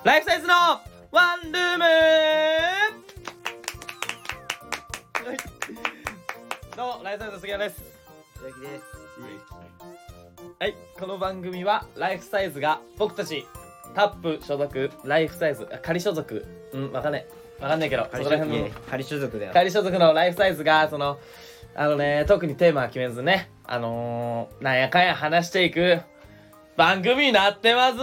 ライフサイズのワンルーム。どうもライフサイズの杉谷です。 植木です。 はい、この番組はライフサイズが僕たちタップ所属ライフサイズ仮所属わかんねえけどそこら辺の仮所属だよ。 仮所属のライフサイズが特にテーマは決めずねなんやかんや話していく番組になってます。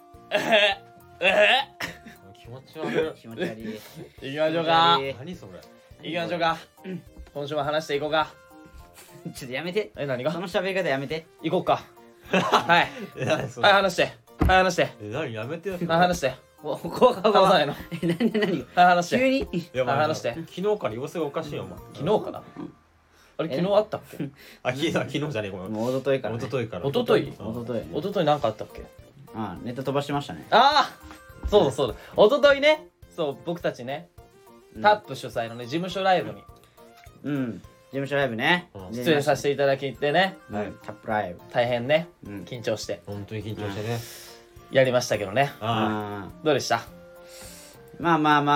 気持ち悪い。 気持ち悪い。 行きましょうか。 何それ。 行きましょうか。今週も話していこうか。 ちょっとやめて。 何がその喋り方やめて。 行こうか。はい何それ。 はい、話して。はい、話して。 何やめてよ。 はい、話して。 ここ話さないの。 何はい、話して。 急にいや、 はい、話して。 昨日から様子がおかしいよ、お前。 昨日かな。あれ、昨日あったっけ。 あ、昨日じゃねえ、ごめん。 もう一昨日から。 一昨日から。 一昨日一昨日なんかあったっけ。 ネタ飛ばしてましたね。 ああ、そうだそうだ。一昨日ね、そう僕たちね、タップ主催のね事務所ライブに事務所ライブね。 出演させていただきってね、 タップライブ。 大変ね緊張して本当に緊張してね。 やりましたけどね。どうでした？ ま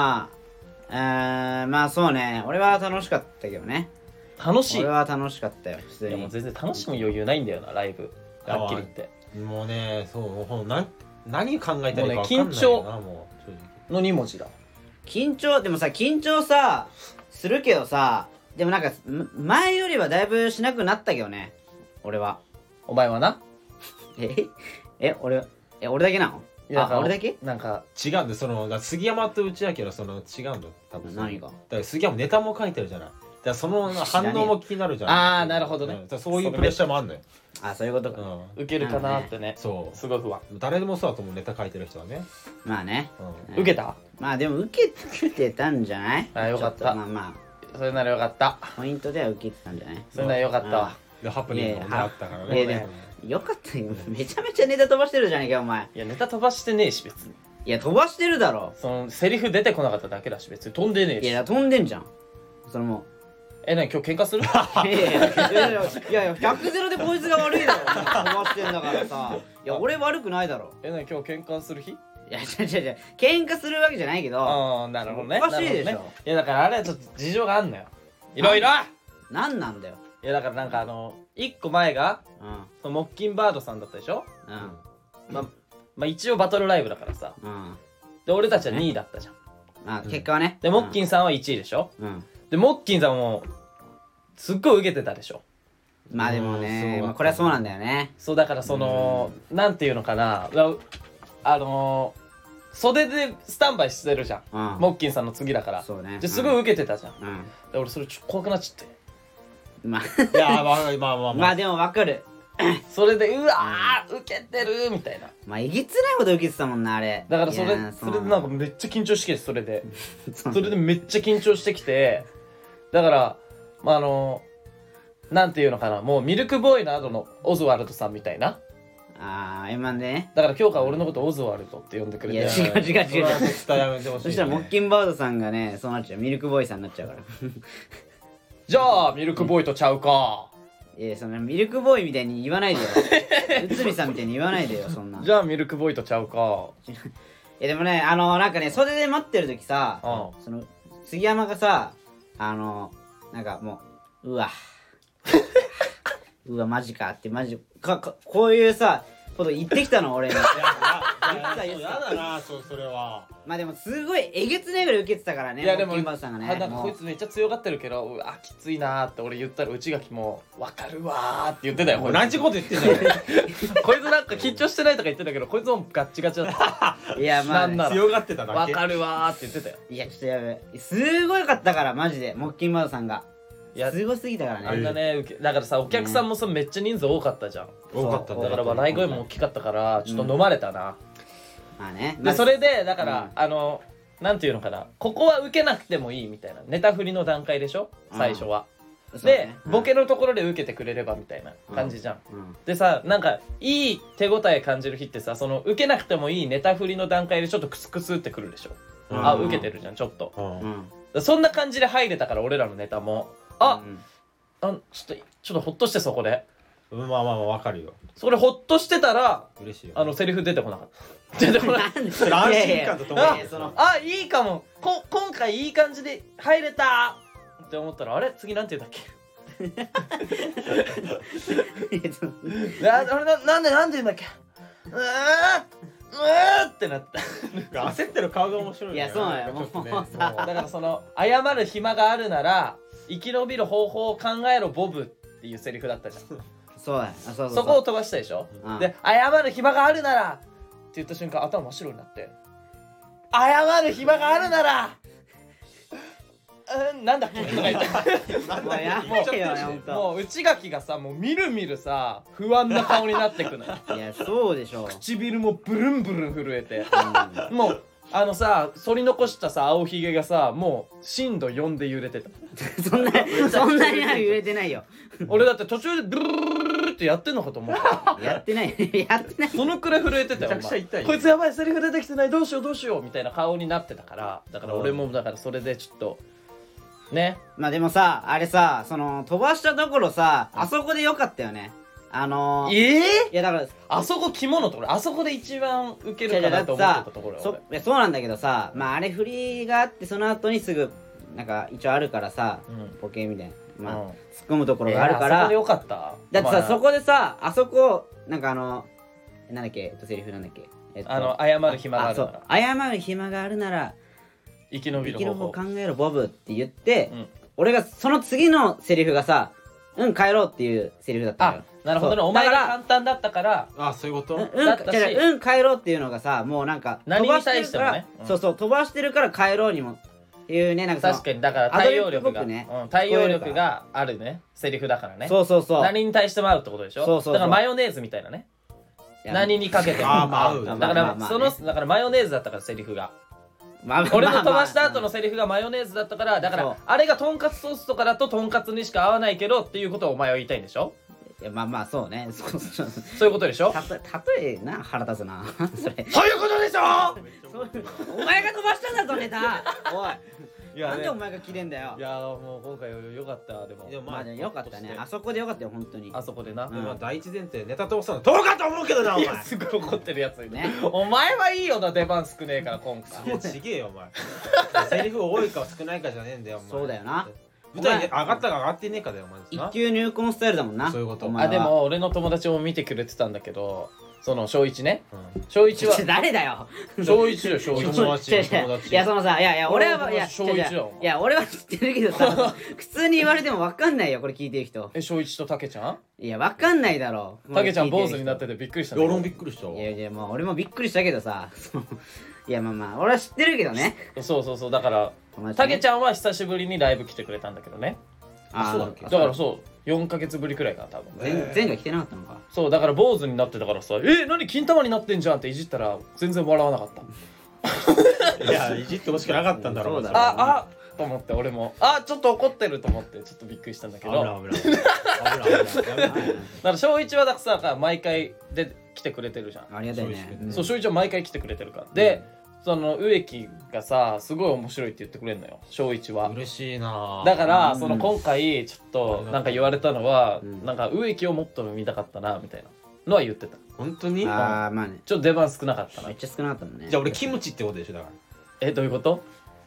あそうね。俺は楽しかったけどね。 楽しい。 俺は楽しかったよ。普通に。 いやもう全然楽しむ余裕ないんだよなライブ。はっきり言って。 もうね、そう何考えたらいいか分かんないよな。もう緊張の2文字だ。 緊張さするけどさ、でもなんか前よりはだいぶしなくなったけどね。俺は。 お前はな。 俺だけなの？俺だけ？ なんか違うんで、杉山と内訳は違うんだ多分。 何が？ だから杉山ネタも書いてるじゃない。だからその反応も気になるじゃん。 ああ、なるほどね。 そういうプレッシャーもあんのよ。 そういうことか。 受けるかなってね。 そう。 すごい不安。 誰でもそうだと思う、ネタ書いてる人はね。 まあね。 受けた？ まあでも受けてたんじゃない？ あ、よかった。 まあそれならよかった。 ポイントでは受けてたんじゃない？ それならよかったわ。 でハプニングもあったからね。 よかったよ。めちゃめちゃネタ飛ばしてるじゃねえかお前。 いやネタ飛ばしてねえし別に。 いや飛ばしてるだろ。 そのセリフ出てこなかっただけだし別に飛んでねえし。 いや飛んでんじゃん。そのもう。 何今日喧嘩する？ いや100ゼロでこいつが悪いだろ。飛ばしてんだからさ。いや俺悪くないだろ。 何今日喧嘩する日？ いや違う喧嘩するわけじゃないけど。 ああなるほどね。 おかしいでしょ。 いやだからあれはちょっと事情があんのよ。いろいろ。 なんなんだよ。 いやだからなんか1個前がそのモッキンバードさんだったでしょ。まあ一応バトルライブだからさ。で俺たちは2位だったじゃん。 結果はね。 でモッキンさんは1位でしょ。でモッキンさんもすっごい受けてたでしょ。 まあでもね、これはそうなんだよね。 そうだからなんていうのかな、袖でスタンバイしてるじゃん。モッキンさんの次だから。 そうね。 ですごい受けてたじゃん。で俺それちょっと怖くなっちゃって。 まあでもわかる。 それでうわー受けてるみたいな。 まあえげつないほど受けてたもんなあれ。 だからそれでなんかめっちゃ緊張してきてそれでめっちゃ緊張してきて、だからなんていうのかな、もうミルクボーイの後のオズワルドさんみたいな。 今ね。 だから今日から俺のことオズワルドって呼んでくれて。 いや違う。そしたらモッキンバードさんがね、そうなっちゃう。ミルクボーイさんになっちゃうから。 じゃあミルクボーイとちゃうか。 いやそのミルクボーイみたいに言わないでよ。内海さんみたいに言わないでよそんな。 じゃあミルクボーイとちゃうか。 でもねなんかね袖で待ってる時さ、その杉山がさなんかもううわマジかってこういうさこと言ってきたの俺に。 やだなそれは。 まあでもすごいえげつないぐらい受けてたからね。 いやでもモッキンバードさんがね。 なんかこいつめっちゃ強がってるけど、うわきついなーって俺言ったら内垣もわかるわーって言ってたよ。 同じこと言ってんだよ。 こいつなんか緊張してないとか言ってたけど、こいつもガッチガチだった。 いやまあ強がってただけ。 わかるわーって言ってたよ。 いやちょっとやべえ、すごいかったからマジでモッキンバードさんが。いやすごすぎたからね。 あんなねだからさお客さんもめっちゃ人数多かったじゃん。 多かったんだ。 だから笑い声も大きかったからちょっと飲まれたな。 まあね。 でそれでだからなんていうのかな、ここは受けなくてもいいみたいなネタ振りの段階でしょ最初は。でボケのところで受けてくれればみたいな感じじゃん。でさなんかいい手応え感じる日ってさ、その受けなくてもいいネタ振りの段階でちょっとクスクスってくるでしょ。受けてるじゃんちょっと。そんな感じで入れたから俺らのネタもちょっとほっとしてそこで。 まあまあまあわかるよ。 それほっとしてたら嬉しいよ。 セリフ出てこなかった出てこないなんでそれ安心感とともにそのいいかも今回いい感じで入れたって思ったらあれ次なんて言うんだっけなんで言うんだっけってなった焦ってる顔が面白いね。 いやそうなのよなんかちょっとねもうさだからその謝る暇があるなら生き延びる方法を考えろボブっていうセリフだったじゃんそうだよそうそこを飛ばしたでしょ、 うんで謝る暇があるならって言った瞬間頭真っ白になって謝る暇があるならなんだっけとか言ってもうやもうめよほんともう内垣がさもうみるみるさ不安な顔になってくのよいやそうでしょ唇もブルンブルン震えてうもうさ反り残したさ青ひげがさもう震度4で揺れてたそんなには揺れてないよ俺だって途中でドゥルルルルってやってんのかと思ったやってないやってないそのくらい震えてたよめちゃくちゃ痛いよお前こいつやばいセリフ出てきてないどうしようみたいな顔になってたからだから俺もだからそれでちょっとねまあでもさあれさその飛ばしたところさあそこでよかったよねいやだからあそこ肝のところあそこで一番ウケるかなと思ってたところよいやそうなんだけどさまああれ振りがあってその後にすぐなんか一応あるからさ、ボケみたいなまあ、突っ込むところがあるから、 あそこでよかっただってさ、そこでさあそこなんかなんだっけセリフなんだっけ謝る暇があるなら謝る暇があるなら生き延びる方法考えろボブって言って、 うん俺がその次のセリフがさ帰ろうっていうセリフだったのよなるほどねお前が簡単だったからそういうこと。 だったし帰ろうっていうのがさもうなんか何に対してもねそう飛ばしてるから帰ろうにもいうねなんか確かにだから対応力が、 アドリブっぽくね対応力があるねセリフだからねそう何に対しても合うってことでしょそうだからマヨネーズみたいなね何にかけても合うだからだからマヨネーズだったからセリフがまあ俺の飛ばした後のセリフがマヨネーズだったからだからあれがとんかつソースとかだととんかつにしか合わないけどっていうことをお前は言いたいんでしょいやまあそうねそういうことでしょ例えな腹立つなそれそういうことでしょお前が飛ばしたんだぞネタおいいやなんでお前が切れんだよいやもう今回よかったでもまあでもよかったねあそこでよかったよ本当にあそこでな第一前提ネタ通すのどうかと思うけどなお前。 すごい怒ってるやついるねお前はいいよな出番少ねえから今回いやちげえよお前。セリフ多いか少ないかじゃねえんだよお前。 そうだよな舞台で上がったか上がってねえかだよお前。 一級入魂スタイルだもんなそういうことお前はでも俺の友達も見てくれてたんだけどその小一ね小一は誰だよ小一だよ小一友達違う違ういやそのさいや俺は俺小一だよいや俺は知ってるけどさ普通に言われても分かんないよこれ聞いてる人小一とたけちゃんいや分かんないだろたけちゃん坊主になっててびっくりしたんだけど俺もびっくりしたわ。 いやもう俺もびっくりしたけどさいやまあ俺は知ってるけどねそうだから友達ねたけちゃんは久しぶりにライブ来てくれたんだけどねそうだっけだからそう4ヶ月ぶりくらいかな多分前回来てなかったのかそうだから坊主になってたからさ何金玉になってんじゃんっていじったら全然笑わなかったいやいじってほしくなかったんだろそうだろあと思って俺もちょっと怒ってると思ってちょっとびっくりしたんだけどだか危ないら小一はだからさ毎回で来てくれてるじゃんありがたいねそう小一は毎回来てくれてるからでその植木がさすごい面白いって言ってくれるのよ小一は嬉しいな。 だからうんその今回ちょっとなんか言われたのはうんなんか植木をもっと見たかったなみたいなのは言ってた本当に。 ああまあねちょっと出番少なかったなめっちゃ少なかったもんねじゃあ俺キムチってことでしょだから。 どういうこと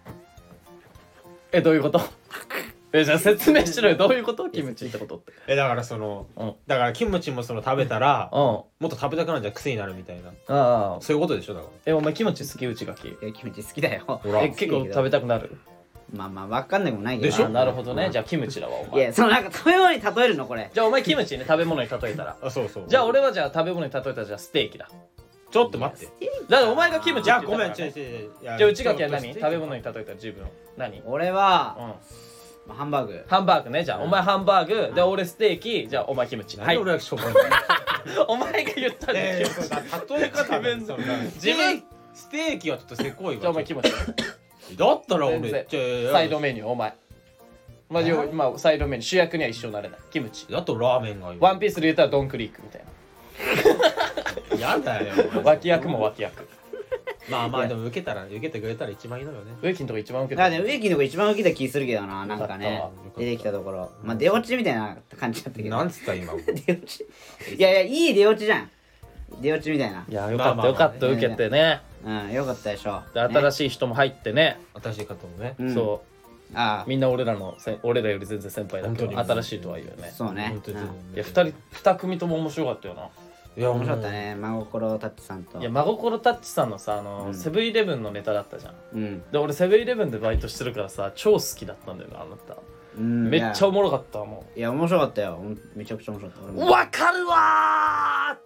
どういうことじゃあ説明しろよどういうことキムチってことってだからそのうんだからキムチもその食べたらうんもっと食べたくなるんじゃ癖になるみたいなああそういうことでしょだから。 お前キムチ好き内垣いやキムチ好きだよほら結構食べたくなるまあ分かんなくもないけどでしょなるほどねじゃあキムチだわおい前やそのなんか食べ物に例えるのこれじゃあお前キムチね食べ物に例えたらそうそう。 じゃあ俺はじゃあ食べ物に例えたらじゃあステーキだちょっと待って。 だからお前がキムチじゃあって言ったからねごめん違う。 じゃあ内垣は何食べ物に例えたら自分何俺はうんハンバーグハンバーグねじゃあお前ハンバーグで俺ステーキじゃあお前キムチはい。俺はしょぼい。 お前が言ったんだよそうだ例え方自分その自分ステーキはちょっとせこいわ。 じゃあお前キムチだったら全然俺じゃあサイドメニューお前まあサイドメニュー主役には一緒になれないキムチだとラーメンがいい。 ワンピースで言ったらドンクリークみたいなやだよ。 脇役も脇役まあまあでも受けてくれたら一番いいのよね。 植木のとこ一番受けただからね植木の子一番受けた気するけどな、なんかねよかっ出てきたところまあ出落ちみたいな感じだったけどなんつった今出落ちいやいやいい出落ちじゃん、出落ちみたいな。 いやよかっまあまあまあたよかった受けてねうんよかったでしょで新ししい人も入ってね新しい方もね。 い、 そうあみんな俺らより全然先輩だけど本当に新しいとは言うねそうね本当にいや2組とも面白かったよないや面白かったね、真心タッチさんと。 いや真心タッチさんのさうんセブンイレブンのネタだったじゃんうん、 で俺セブンイレブンでバイトしてるからさ超好きだったんだよなあなたうん、 めっちゃおもろかったもいや面白かったよ、めちゃくちゃ面白かった俺うも。 わかるわ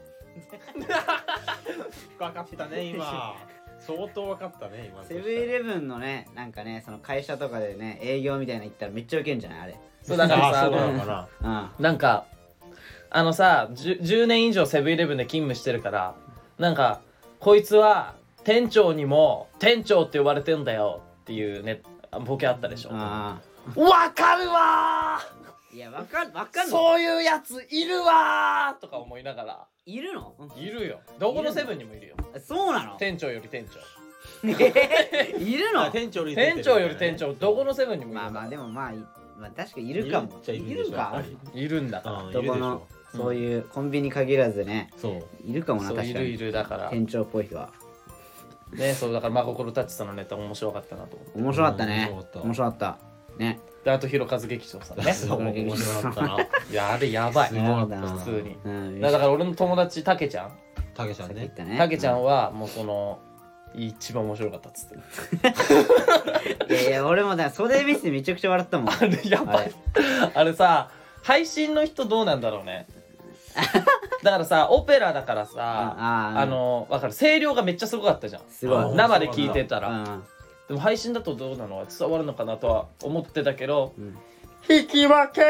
分かったね今。相当分かったね今。 セブンイレブンのね、なんかね、その会社とかでね、営業みたいなの行ったらめっちゃウケんじゃないあれ。 そうだからさそうなのかな。 なんかさ 10年以上セブンイレブンで勤務してるからなんかこいつは店長にも店長って呼ばれてんだよっていうねボケあったでしょあわかるわいや、わかんのそういうやついるわとか思いながらいるのいるよどこのセブンにもいるよそうなの店長より店長いるの店長より店長より店長どこのセブンにもいるまあまあ、でもまあ確かにいるかも。 いるか。 いるんだからどこの、そういうコンビニ限らずね、 そういるかもな、 そういるい確かに。 るだから店長っぽい人は。 ねそうだから真心タッチさんのネタ面白かったなと思って面白かったね面白かった。 面白かった。ね。 であとひろかず劇場さんねそう面白かったな。 いやあれやばいすごかった普通にうん。 だから俺の友達たけちゃんたけちゃんね。 さっき言ったね。 たけちゃんはもうその一番面白かったっつっていやいや、俺もだ、袖見せてめちゃくちゃ笑ったもん。 あれやばいあれさ配信の人どうなんだろうねだからさオペラだからさわかる声量がめっちゃすごかったじゃんすごい。 生で聞いてたらうん。 でも配信だとどうなの伝わるのかなとは思ってたけど、 うん引き分け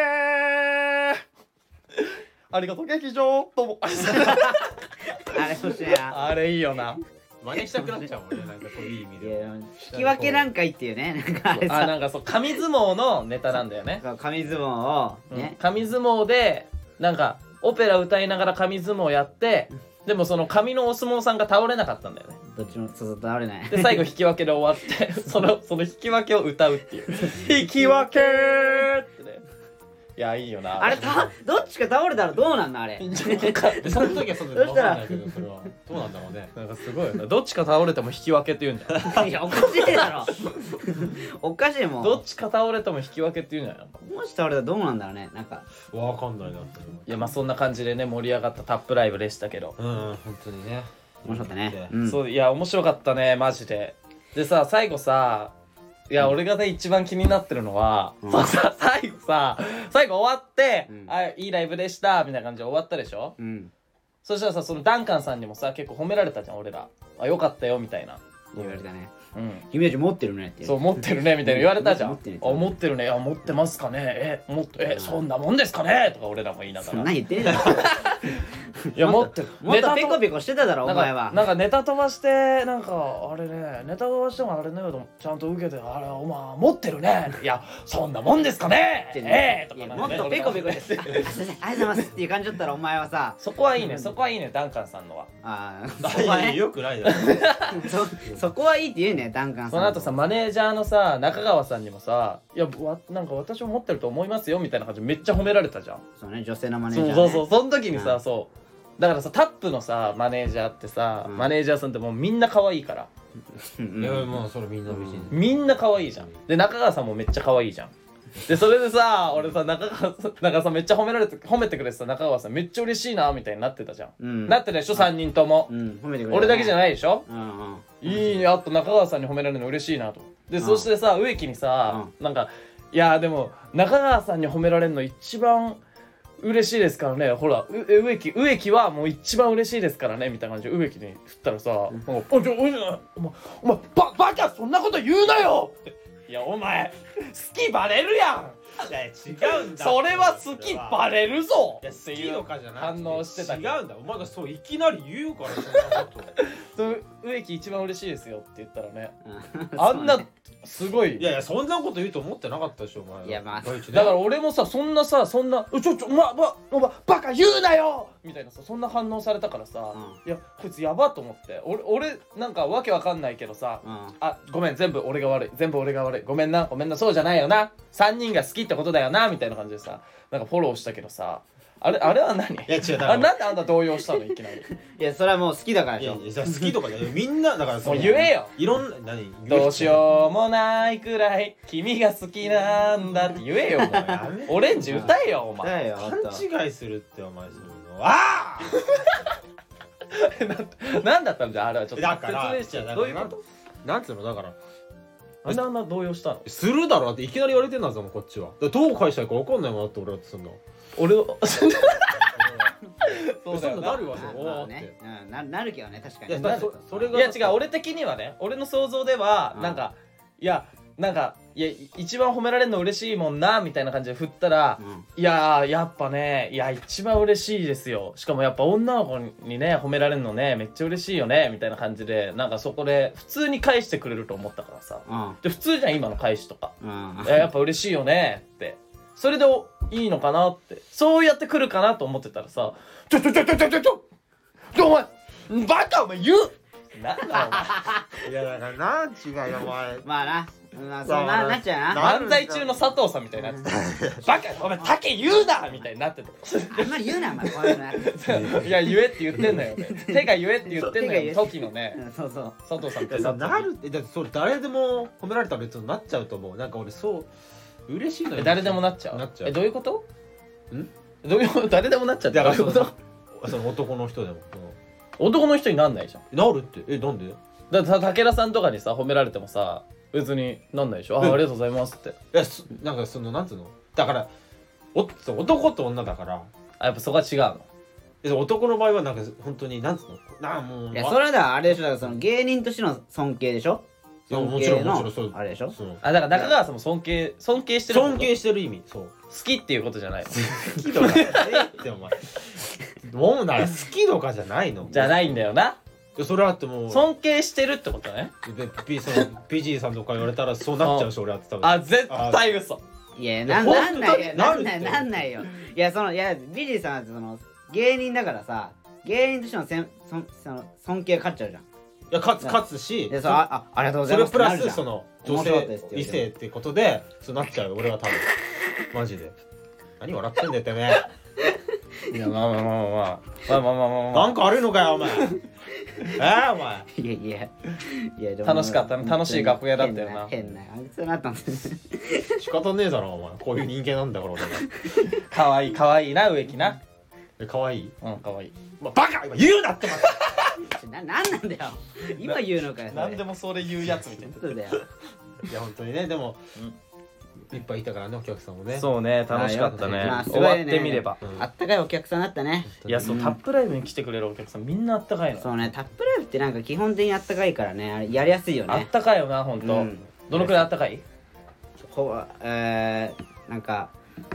ありがとう劇場ともあれ欲しいな。 あれいいよな真似したくなっちゃうもんね。なんかこういい意味いやで。 引き分けなんかいっていうね、なんかあれさ、 なんかそう紙相撲のネタなんだよね、 紙相撲をね、 紙相撲でなんかオペラ歌いながら紙相撲やってでもその紙のお相撲さんが倒れなかったんだよねどっちもそう倒れない。 で最後引き分けで終わってその引き分けを歌うっていう引き分けってねいやいいよなあれどっちか倒れたらどうなんのあれ。 その時はそうだけど分かんないけどそれはどうなんだろうね。 なんかすごいよなどっちか倒れても引き分けって言うんじゃんいや、おかしいだろ。おかしいもん。 どっちか倒れても引き分けって言うんじゃないのもし倒れたらどうなんだろうね、なんか。 分かんないなそれは。 いやまあそんな感じでね盛り上がったタップライブでしたけど、 本当にね。 面白かったね。うん。 そういや面白かったねマジででさ最後さいや、俺がね一番気になってるのは、そうさ最後終わって、いいライブでしたみたいな感じで終わったでしょ、そしたらさそのダンカンさんにもさ結構褒められたじゃん俺らよかったよみたいな言われたね。 うん君たち持ってるねって。 そう持ってるねみたいな言われたじゃん持ってるあ持ってるねいや持ってますかねそんなもんですかねとか俺らも言いながらそんなん言ってねえだろ。 いや持ってるもっとペコペコしてただろ、お前は。 なんかネタ飛ばしてなんかあれねネタ飛ばしてもあれねちゃんと受けてあれお前持ってるねいやそんなもんですかねとかもっとペコペコして。あ、すいません、ありがとうございますっていう感じだったら、お前はさ。 そこはいいねダンカンさんのはいやよくないだろ。 そこはいいって言うね、ダンカンさん。 その後さマネージャーのさ中川さんにもさいやなんか私も持ってると思いますよみたいな感じでめっちゃ褒められたじゃんそうね、女性のマネージャー。 そうその時にさそうだからさタップのさマネージャーってさマネージャーさんってもうみんな可愛いからいやもうそれみんな別に。 みんな可愛いじゃんで中川さんもめっちゃ可愛いじゃんでそれでさ俺さ中川さんめっちゃ褒めてくれてさ中川さんめっちゃ嬉しいなみたいになってたじゃんなってたでしょ3人とも褒めてくれた。 俺だけじゃないでしょい。 いいねあと中川さんに褒められるの嬉しいなとでそしてさ植木にさなんかいやでも中川さんに褒められるの一番嬉しいですからねほら植木はもう一番嬉しいですからねみたいな感じで植木に振ったらさ「お前バカそんなこと言うなよ!」っていやお前好きバレるやんいや違うんだ。 それは好きバレるぞいやっていう好きとかじゃなくて反応してたけど違うんだ。お前がそういきなり言うからそんなこと植木一番嬉しいですよって言ったらねうんあんなそうねすごいいやいやそんなこと言うと思ってなかったでしょお前。 いやまあ第一ねだから俺もさそんなお前バカ言うなよみたいなさそんな反応されたからさ、いやこいつやばと思って俺なんかわけわかんないけどさ、あごめん全部俺が悪いごめんなそうじゃないよな3人が好きってことだよなみたいな感じでさなんかフォローしたけどさあれは何いや違うだからあなんであんな動揺したのいきなりいやそれはもう好きだからでしょ。 いやいや好きとかじゃないみんなだからもう言えよいろんな何どうしようもないくらい君が好きなんだって言えよもうやめオレンジ歌えよお前だよほんと勘違いするってお前そういうのあなんだったんじゃあれはちょっとだから説明してじゃあどういうことなんつうのだからあんな動揺したのするだろっていきなり言われてんだぞもうこっちはだからどう返したいか分かんないもんだって俺だってそんな俺をそうだよななるわそうまおーってあねなるけどね確かにいやだからそれがいや違う俺的にはね俺の想像ではうんなんかいや一番褒められるの嬉しいもんなみたいな感じで振ったらいややっぱね一番嬉しいですよしかもやっぱ女の子にね褒められるのねめっちゃ嬉しいよねみたいな感じでなんかそこで普通に返してくれると思ったからさで普通じゃん今の返しとかやっぱ嬉しいよねってそれでいいのかなってそうやってくるかなと思ってたらさちょお前バカお前言うなんだいやだからなん違うよお前まあなそうなっちゃうな漫才中の佐藤さんみたいになってたバカお前竹言うなみたいになってあんまり言うなお前こういうのやたいや言えって言ってんのよ手が言えって言ってんのよ時のねそうそう佐藤さんみたいにさなってなるってだってそれ誰でも褒められたら別になっちゃうと思うなんか俺そう嬉しいのよ誰でもなっちゃうなっちゃうどういうことどういう誰でもなっちゃうってだからどういうことその男の人でも男の人になんないじゃんなるってなんでだって武田さんとかにさ褒められてもさ別になんないでしょありがとうございますっていやなんかそのなんつうのだから男と女だからあやっぱそこは違うの男の場合はなんか本当になんつうのもういやそれだあれでしょだからその芸人としての尊敬でしょいやもちろん尊敬のもちろんそうあれでしょそうあだから中川さんも尊敬してるってこと尊敬してる意味そう好きっていうことじゃないの好きとかってお前もうなら好きとかじゃないのじゃないんだよなそれあってもう尊敬してるってことねその PG さんとか言われたらそうなっちゃうし俺はって多分あ絶対嘘いやいやなんないよなるってなんないよいやビジーさんはその芸人だからさ芸人としてのその尊敬勝っちゃうじゃんいや勝つしでありがとうございますそれプラってなるじゃんスその女面白かったですって性異性ってことでそうなっちゃう俺は多分マジで何笑ってんだよてめえいやまあなんか悪いのかよお前お前いやでも楽しかったね楽しい楽屋だったよな変なあいつになったんです仕方ねえだろお前こういう人間なんだから俺かわいいな植木な可愛いかわいいバカ今言うなってなんなんだよ今言うのかよそれなんでもそれ言うやつみたいなそうだよいや本当にねでもいっぱいいたからねお客さんもねそうね楽しかったねまあ終わってみればうんあったかいお客さんだったねいやそうタップライブに来てくれるお客さんみんなあったかいのそうねタップライブってなんか基本的にあったかいからねあれやりやすいよねあったかいよなほんとうんどのくらいあったかいなんか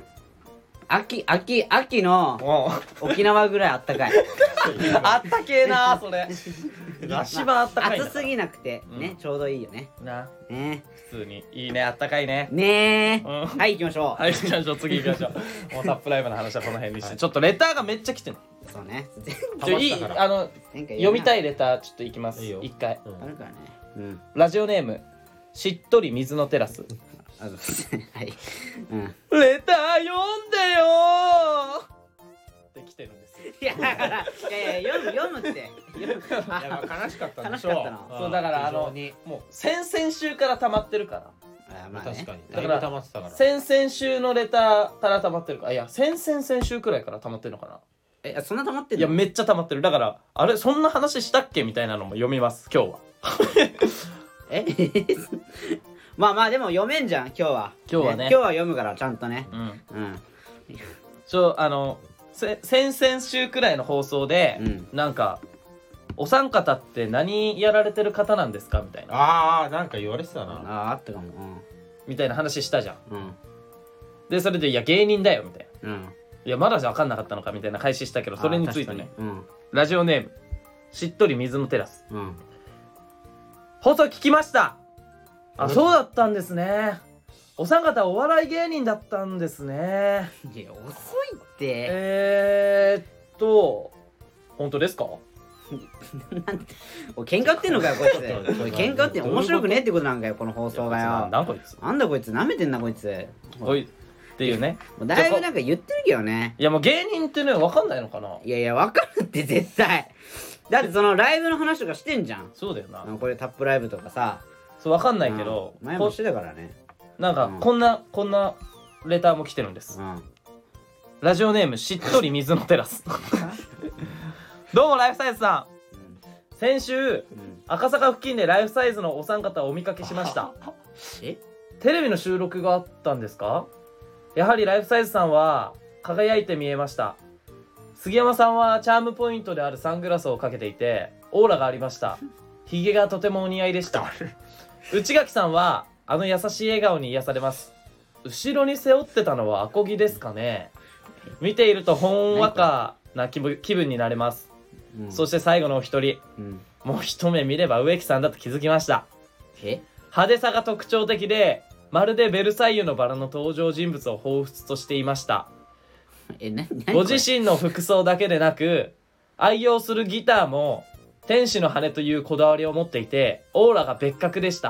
秋の沖縄ぐらいあったかいあったけえなそれ一番あったかいんだ暑すぎなくてね、ちょうどいいよねなね普通にいいねあったかいねねうんはい行きましょう、 はい行きましょう次行きましょうもうタップライブの話はこの辺にしてちょっとレターがめっちゃ来てるそうねいい溜まったから読みたいいレターちょっと行きますいいよ一回うんあるからねうんラジオネームしっとり水のテラスあそうはいうんレター読んでよーって来てるんですよいやだからいや読むって読むいやまあ悲しかったんでしょ楽しかったなそうだから非常にもう先々週から溜まってるからまあね確かにだからだいぶ溜まってたから先々週のレターから溜まってるからいや先々週くらいから溜まってるのかなそんな溜まってんのいやめっちゃ溜まってるだからあれそんな話したっけみたいなのも読みます今日はえまあでも読めんじゃん今日は今日はね今日は読むからちゃんとねうんうん先々週くらいの放送で、なんかお三方って何やられてる方なんですかみたいななんか言われてたなあったかもみたいな話したじゃんうんでそれでいや芸人だよみたいな、 うん。 いやまだじゃ分かんなかったのかみたいな開始したけど、それについてね、 うん。 ラジオネームしっとり水のテラス、 うん。 放送聞きました。あ、そうだったんですね。お三方お笑い芸人だったんですね。 いや、遅いって。 本当ですか？ なんて、おい喧嘩売ってんのかよこいつ。おい喧嘩売ってん面白くねえってことなんかよこの放送がなよ。 んだこいつ。 なんだこいつ、舐めてんなこいつ。 おいっていうね。 もうだいぶなんか言ってるけどね。 いやもう芸人ってね分かんないのかな。 いやいや、わかるって絶対。だってそのライブの話とかしてんじゃん。 そうだよな。 これタップライブとかさ。 そう分かんないけど、 前もしてたからね。 なんかこんなレターも来てるんです。ラジオネームしっとり水のテラス。どうもライフサイズさん。先週、赤坂付近でライフサイズのお三方をお見かけしました。テレビの収録があったんですか？やはりライフサイズさんは輝いて見えました。杉山さんはチャームポイントであるサングラスをかけていてオーラがありました。ひげがとてもお似合いでした。内垣さんはあの優しい笑顔に癒されます。後ろに背負ってたのはアコギですかね。見ているとほんわかな気分になれます。そして最後のお一人、もう一目見れば植木さんだと気づきました。派手さが特徴的でまるでベルサイユのバラの登場人物を彷彿としていました。ご自身の服装だけでなく愛用するギターも天使の羽というこだわりを持っていてオーラが別格でした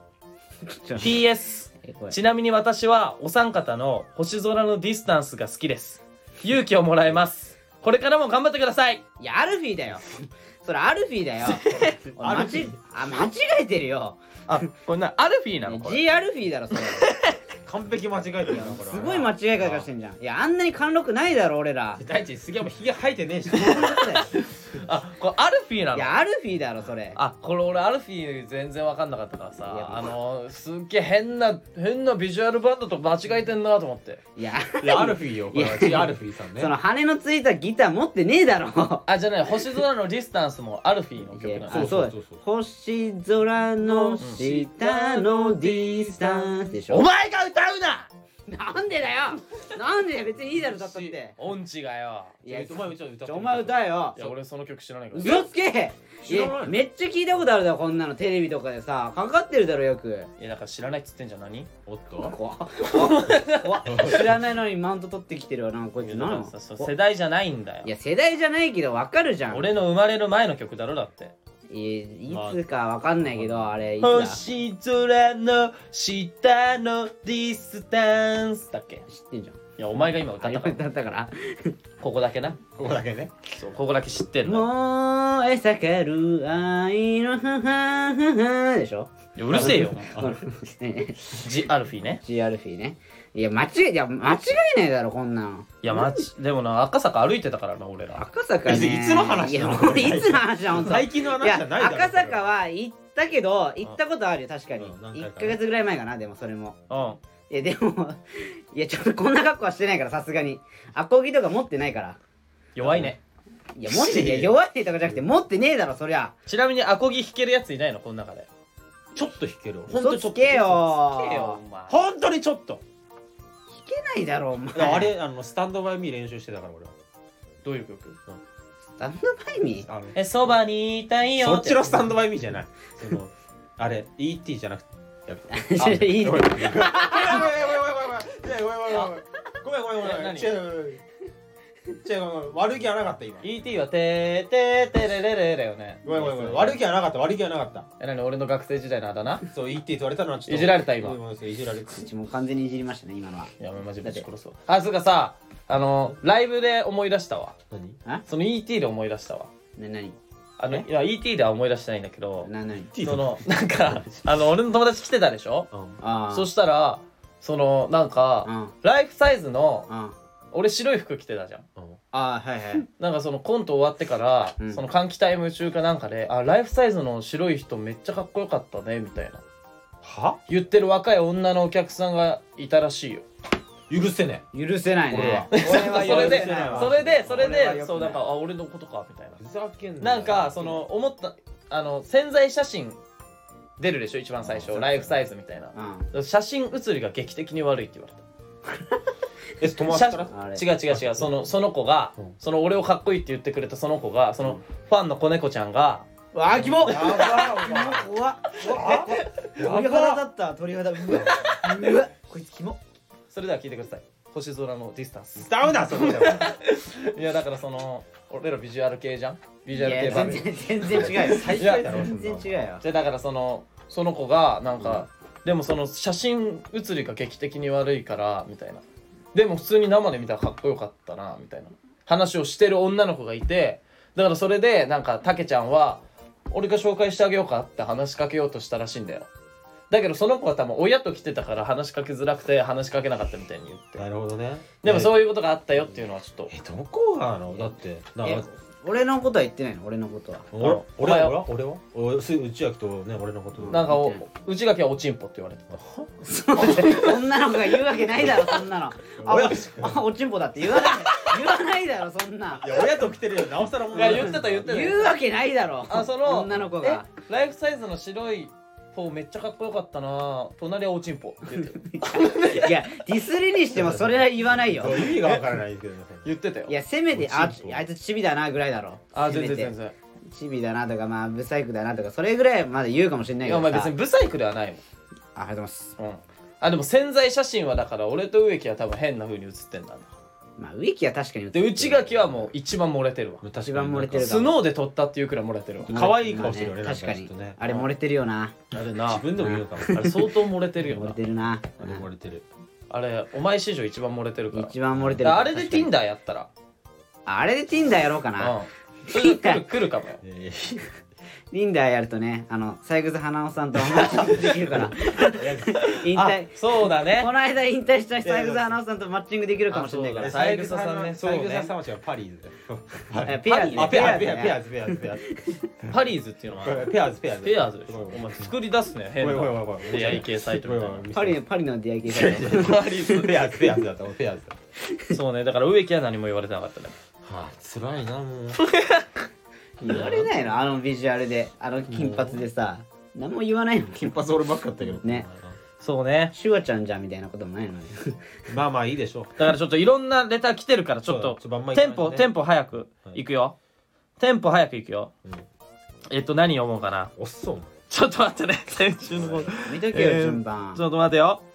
。PS ちなみに私はお三方の星空のディスタンスが好きです。勇気をもらえます。これからも頑張ってください。 いやアルフィーだよ。それアルフィーだよ。間違えてるよ。 あ、これなアルフィーなの？ G アルフィーだろそれ。 完璧間違えてるなこれ。 すごい間違え方してんじゃん。いやあんなに貫禄ないだろ俺ら。 第一杉山ひげ生えてねえし。 あ、これアルフィーなの？ いやアルフィーだろそれ。 あ、これ俺アルフィー全然分かんなかったからさ、すっげえ変なビジュアルバンドと間違えてんなと思って。 いやアルフィーよこれは。G アルフィーさんね。 その羽のついたギター持ってねえだろ。 あ、じゃない、星空のディスタンスもアルフィーの曲なの。 そう星空の下のディスタンスでしょ。 お前が歌うな。 なんでだよ。なんで別にいいだろだったって。 音痴がよ。 いやお前歌って。 お前歌えよ。 いや俺その曲知らないから。 嘘つけ。めっちゃ聞いたことあるだろこんなのテレビとかでさかかってるだろよく。 いやだから知らないっつってんじゃん。何？ おっと。 怖っ。知らないのにマウント取ってきてるわなこいつ。な世代じゃないんだよ。 いや世代じゃないけどわかるじゃん。 俺の生まれる前の曲だろだって。 いつかわかんないけどあれいつだ。 星空の下のディスタンスだっけ？ 知ってんじゃん。 いやお前が今歌ったから。 歌ったからここだけな。 ここだけね。 そうここだけ知ってんの。 燃え盛る愛の母でしょ。 いやうるせえよ。ジアルフィーね。 ジアルフィーね。いや間違えないだろこんなの。 いやでもな赤坂歩いてたからな俺ら。 赤坂ね。 いつの話なの？ いや俺いつの話だほんと。 最近の話じゃないだろ。 赤坂は行ったけど行ったことあるよ確かに。1ヶ月ぐらい前かなでもそれも。いやでもいやちょっとこんな格好はしてないからさすがに。アコギとか持ってないから。 弱いね。 いや持ってねえ弱いとかじゃなくて持ってねえだろそりゃ。 ちなみにアコギ弾けるやついないのこの中で？ ちょっと弾ける。 ほんとちょっと。弾けよ。 本当にちょっと。 弾けないだろお前。 あれスタンドバイミー練習してたから俺は。 どういう曲？ スタンドバイミー？ そばにいたいよ。 そっちのスタンドバイミーじゃない。あれ ET じゃなくて。 いいね。 ごめん。悪気はなかった今。 ET はてーてーてれれれだよね。 ごめん。悪気はなかった。 何俺の学生時代のあだ名？ そう ET って言われたのはちょっといじられた今。 いじられた。 うちも完全にいじりましたね今のは。 いやマジぶち殺そう。あそうかさライブで思い出したわ。 何？ その ET で思い出したわ。 何？ いや ET では思い出してないんだけど。 何？ そのなんか俺の友達来てたでしょ。そしたらなんかライフサイズの俺白い服着てたじゃん。 はいはい。 なんかそのコント終わってから、その換気タイム中かなんかでライフサイズの白い人めっちゃかっこよかったねみたいな言ってる若い女のお客さんがいたらしいよ。 許せねえ。許せないね。 それでそうなんか俺のことかみたいな。 ふざけんなんか思った宣材写真出るでしょ一番最初ライフサイズみたいな。写真写りが劇的に悪いって言われた。 友達から違うその子が、その俺をかっこいいって言ってくれたその子が、そのファンの子猫ちゃんが、 あ、キモ。やばー、怖っ。鳥肌だった、鳥肌。うわ、こいつキモ。 それでは聞いてください。星空のディスタンス。 ダメだそこで。 いやだからその俺らビジュアル系じゃん。ビジュアル系番組。 全然違うよ。 最下位だろ。 全然違うよ。 じゃだからその子がなんか、でもその写真写りが劇的に悪いからみたいな。でも普通に生で見たらかっこよかったなみたいな話をしてる女の子がいて、だからそれでなんかたけちゃんは俺が紹介してあげようかって話しかけようとしたらしいんだよ。だけどその子は多分親と来てたから話しかけづらくて話しかけなかったみたいに言って。 なるほどね。 でもそういうことがあったよっていうのはちょっと。 どこがだって俺のことは言ってないの、俺のことは。 俺は内垣とね、俺のことなんか内垣はおちんぽって言われてた。 女の子が言うわけないだろ、そんなの。あ、おちんぽだって言わないだろ、そんな。 いや、親と来てるよ、なおさらもう。 いや言ってた言うわけないだろ。 あ、その女の子がライフサイズの白い方めっちゃかっこよかったな、隣はおちんぽって言ってる。 いや、ディスりにしてもそれは言わないよ。 意味がわからないですけどね。 言ってたよ。 いや、せめてあいつチビだなぐらいだろ。 あ、全然チビだなとか、まあブサイクだなとか、それぐらいまで言うかもしれないけどさ。 いや、お前別にブサイクではないもん。 ありがとうございます。 あ、でも潜在写真はだから俺と植木は多分変な風に写ってんだな。 まあ植木は確かにで、内垣はもう一番漏れてるわ。 一番漏れてる。 スノーで撮ったっていうくらい漏れてるわ。 可愛い顔してるよね。 確かに。あれ漏れてるよな。 あれな。 自分でも言うかも。 あれ相当漏れてるよな。 漏れてるな。 あれ漏れてる。 あれお前史上一番漏れてるから。 一番漏れてる。 あれで Tinder やったら。 あれで Tinder やろうかな。 それで来るかもよ。 Tinder やるとね、三枝花尾さんとマッチングできるから。引退。 そうだね。 この間引退した三枝花尾さんとマッチングできるかもしれないから。 三枝さんね。 三枝さんは違う、パリーズだよ。 ペアーズ。 ペアーズ。 パリーズっていうのはペアーズ。 ペアーズでしょ。お前作り出すね。変な出会い系サイトみたいな。 パリの出会い系サイト。 パリーズ。 ペアーズだった。ペアーズ。 そうね。だから植木は何も言われてなかったね。 はあ、辛いなもう。 言われないの、あのビジュアルで、金髪でさ、何も言わないの。 金髪俺ばっかだったけどね。 そうね。 シュワちゃんじゃんみたいなこともないのね。 まあまあいいでしょう。 だからちょっといろんなレター来てるからちょっとテンポ早くいくよ。テンポ早くいくよ。何読もうかな。 おっそう。 ちょっと待ってね。先週の見とけよ順番。 ちょっと待てよ。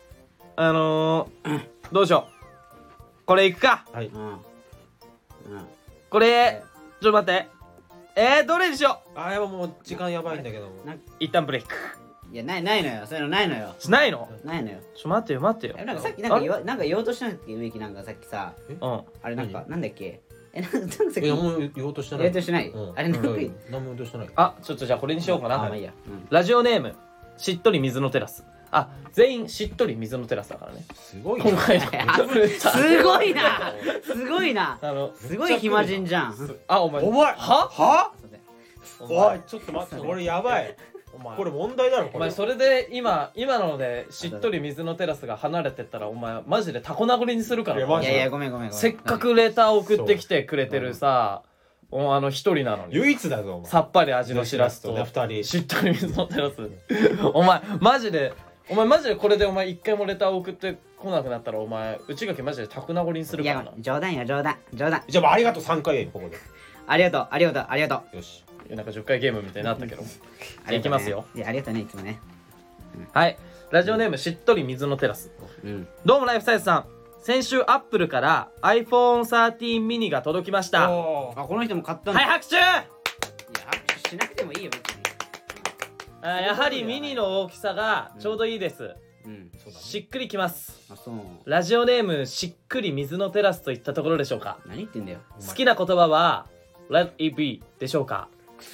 どうしよう。これいくか。 はい。 これちょっと待って。どれにしよう。 やば、もう時間やばいんだけど。 一旦ブレイク。 いや、ないのよ。そういうのないのよ。 ないの？ ないのよ。 ちょ待ってよ待ってよ。 なんかさっきなんか言おうとしたんだっけ、植木なんかさっきさ。あれなんかなんだっけ。なんかさっき。 もう言おうとしてない。 言おうとしてない。あれなんか。 何も言おうとしてない。 ちょっとじゃあこれにしようかな。 まあいいや。 ラジオネームしっとり水のテラス。全員しっとり水のテラスだからね。 すごい。 今回のすごいな。すごいな。すごい暇人じゃん。 お前はおい、ちょっと待って、これやばい。これ問題だろ。 お前それで今のでしっとり水のテラスが離れてったらお前マジでタコ殴りにするからな。 いやいや、ごめん。 せっかくレター送ってきてくれてるさ、一人なのに唯一だぞお前。 さっぱり味のしらすとしっとり水のテラス。お前マジでこれでお前一回もレター送ってこなくなったらお前内垣マジでタコ殴りにするからな。 いや冗談よ、冗談。 じゃあありがとう3回やここで。 ありがとう。 よし。 なんか10回ゲームみたいになったけど。いきますよ。 いや、ありがとうね、いつもね。 はい。ラジオネームしっとり水のテラス。どうもライフサイズさん。先週アップルから iPhone 13 mini が届きました。 この人も買ったの。 はい、拍手。 いや、拍手しなくてもいいよ別に。 やはりミニの大きさがちょうどいいです。しっくりきます。ラジオネームしっくり水のテラスといったところでしょうか。 何言ってんだよ。 好きな言葉は Let it be でしょうか。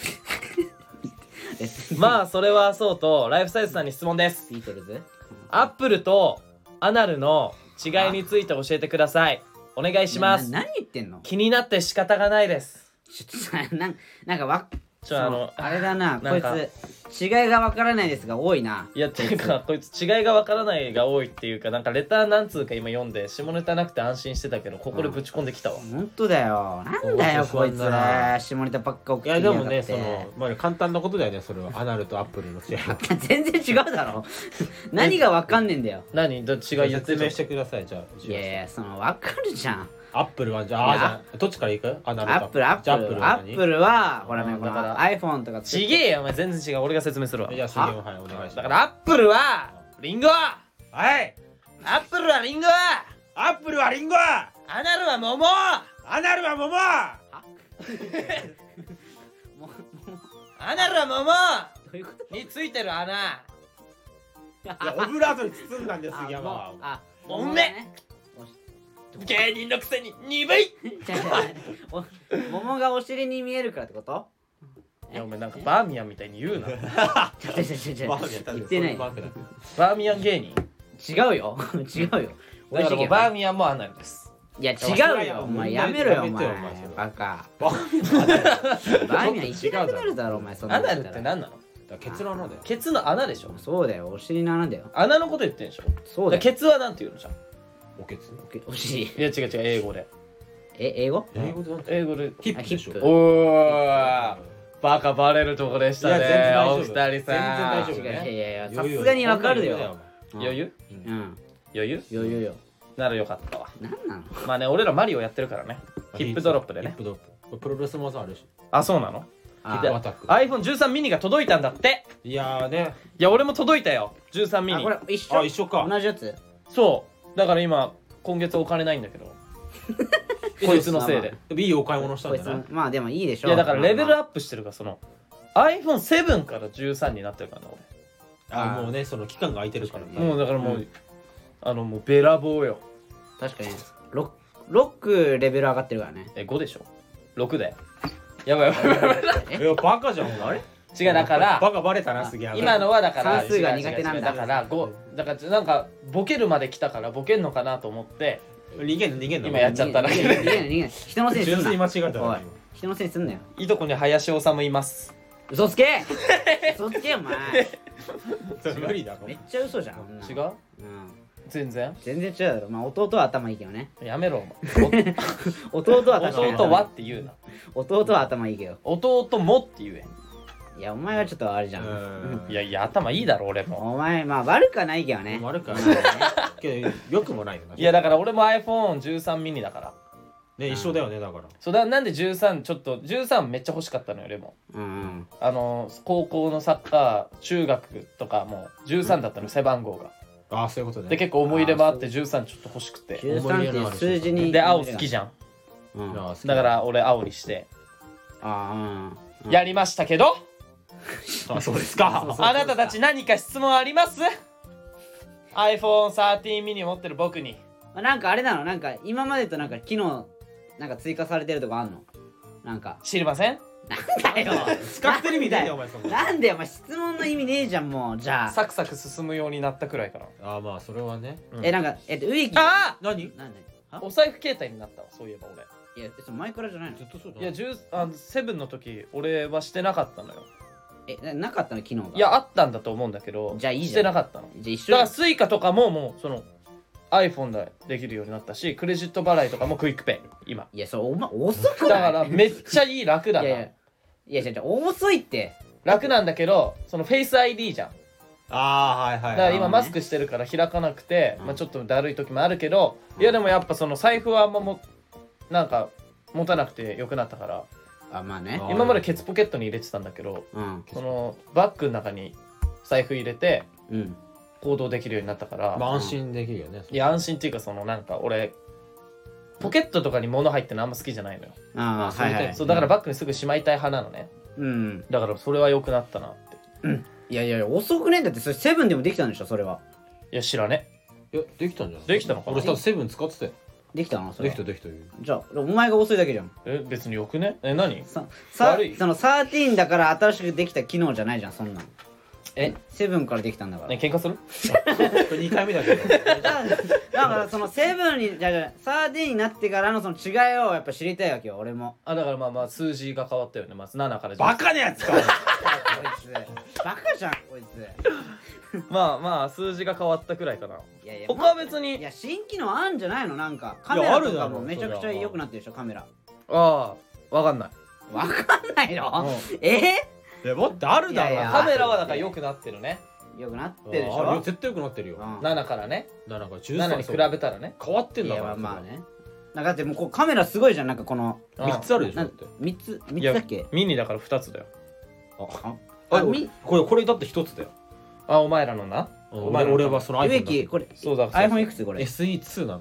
まあそれはそうとライフサイズさんに質問です。 ビートルズ？ アップルとアナルの違いについて教えてください。お願いします。 何言ってんの？ 気になって仕方がないです。 ちょっとさ、なんかあれだな、こいなんかつ違いがわからないですが多いな。 いやっていうかこいつ違いがわからないが多いっていうかなんかレターなんつうか今読んで下ネタなくて安心してたけどここでぶち込んできたわ。 ほんとだよ。なんだよこいつ。下ネタばっか送っていやでもねきやがってまあ簡単なことだよねそれはアナルとアップルの違いは全然違うだろ。何がわかんねえんだよ。 何どっちが言ってる説明してくださいじゃあいやいや、わかるじゃん。 アップルはじゃあどっちからいくアナルとアップルじゃあアップルはほらね、このだから iPhone とかちげえよお前全然違う俺が説明するわ。 じゃあ次はいお願いしますだからアップルはリンゴ、 はいアップルはリンゴ、 アップルはリンゴアナルは桃、 アナルは桃アナルは桃どういうことについてる穴。 いやオブラートに包んだんです杉山はおめ芸人のくせに鈍い。 桃がお尻に見えるからってこと？ いやお前なんかバーミヤンみたいに言うな。 言ってない。 バーミヤン芸人違うよ。違うよ。 だからもうバーミヤンもアナルです。 いや違うよ。お前やめろよお前。バカ。バーミヤン一なくなるだろお前そんな。 アナルって何なの？ ケツの穴だよケツの穴でしょ。 そうだよ。お尻の穴だよ。 穴のこと言ってんでしょ。 そうだよ。 ケツはなんて言うのじゃん。 おケツお尻。 いや違う違う英語で。 英語？ 英語でなんて英語でヒップでしょヒップおーバカバレるとこでしたいや全然ね大丈夫お二人さん。 全然大丈夫違ういやいやさすがにわかるよ。 余裕？ うん。 余裕？ 余裕よ。 ならよかったわ。 なんなの？ まあね俺らマリオやってるからね。ヒップドロップでね。 ヒップドロッププロレスもあるしあそうなの？ あでアタック iPhone13 ミニが届いたんだって。 いやーねいや俺も届いたよ13ミニ。 これ一緒？ 一緒か同じやつ？ そうだから今月お金ないんだけどこいつのせいで。 いいお買い物したんこいつじゃないまあでもいいでしょ。 いやだからレベルアッップしてるからその iPhone7 から13になってるからねあもうねその期間が空いてるから俺。もうだからもう、もうべらぼうよ。 確かに6レベル上がってるからね。 5でしょ6だよ。やばいやばいやばいやばいいやバカじゃんあれ違うだからバカバレたな杉山今のはだから算数が苦手なんだ違う違う違うだから5だからなんかボケるまで来たからボケんのかなと思って逃げんの今やっちゃったら逃げん人のせいにすんな。 純粋に間違えたおいわ人のせいにすんなよ。 いとこに林修います。 嘘つけ嘘つけお前。 無理だろめっちゃ嘘じゃん。 違ううん。 全然全然違うだろ。まあ弟は頭いいけどね。 やめろお前弟は確かに弟はって言うな。 弟は頭いいけど。 弟もって言え。 いやお前はちょっとあれじゃん。 いやいや頭いいだろ俺も。 お前まあ悪くはないけどね。 悪くはまあねけどよくもないよないやだから俺も iPhone13 ミニだからね一緒だよねだからそうだなんで13ちょっと13めっちゃ欲しかったのよレモン。 うん高校のサッカー中学とかもう13だったの背番号が。 ああそういうことねで結構思い入れもあって13ちょっと欲しくて。 13っていう数字にで青好きじゃん。 うんあだから俺青にしてあやりましたけど、 あそうですかあなたたち何か質問あります？ iPhone13 ミニ持ってる僕に。 なんかあれなのなんか今までとなんか機能なんか追加されてるとこあんのなんか知りません？ なんだよ使ってるみたいだよお前そんななんでお前質問の意味ねえじゃんもうじゃあサクサク進むようになったくらいかな。 ああまあそれはねなんか植木あ何なんであお財布携帯になったわそういえば俺。 いや前からじゃないのずっとそうだいや7の時俺はしてなかったのよ。 なかったの機能がいやあったんだと思うんだけどじゃあいいじゃんしてなかったの。 じゃあ一緒だからスイカとかももうその iPhone でできるようになったしクレジット払いとかもクイックペイ今いやそうお前遅くないだからめっちゃいい楽だな。 いやいやいやじゃ遅いって楽なんだけどそのフェイス ID じゃん。 ああはいはいだから今マスクしてるから開かなくて、まあ、ちょっとだるい時もあるけど、いやでもやっぱその財布はあんまなんか持たなくてよくなったからあまあね今までケツポケットに入れてたんだけどそのバッグの中に財布入れて行動できるようになったから、 まあ安心できるよねいや安心っていうかそのなんか俺ポケットとかに物入ってのあんま好きじゃないのよ。 ああはいはいそうだからバッグにすぐしまいたい派なのね。だからそれは良くなったなって。 いやいや遅くねだってそれセブンでもできたんでしょそれは。 いや知らねいやできたんじゃないできたのかな。 俺セブン使ってたよできたのそれできたできたじゃあお前が遅いだけじゃん。 別によくね何その悪い 13だから新しくできた機能じゃないじゃんそんなん。 セブンからできたんだからね喧嘩する？ これ2回目だけどだからそのセブンにじゃサーディンになってからのその違いをやっぱ知りたいわけよ俺も。 だからまあ数字が変わったよね。まず7から10。 バカなやつかこいつバカじゃんこいつ。 まあ数字が変わったくらいかな。 いやいや他は別にいや新機能あんじゃないの？なんかカメラとかもめちゃくちゃ良くなってるでしょカメラ。 わかんない。 わかんないの？ いやもっとあるだろ。 いやいやカメラはだから良くなってるね。 良くなってるでしょ。 絶対良くなってるよ。 7からね。 7から 7に比べたらね。 変わってんいやだから。 まあね。なんかだってもうこうカメラすごいじゃん。なんかこの 3つあるでしょ。だって 3ついやだっけ？ ミニだから2つだよ。 これだって1つだよ。 お前らのな。 俺はその iPhone 植木これそうだ。 iPhone いくつこれ？ SE2 なの。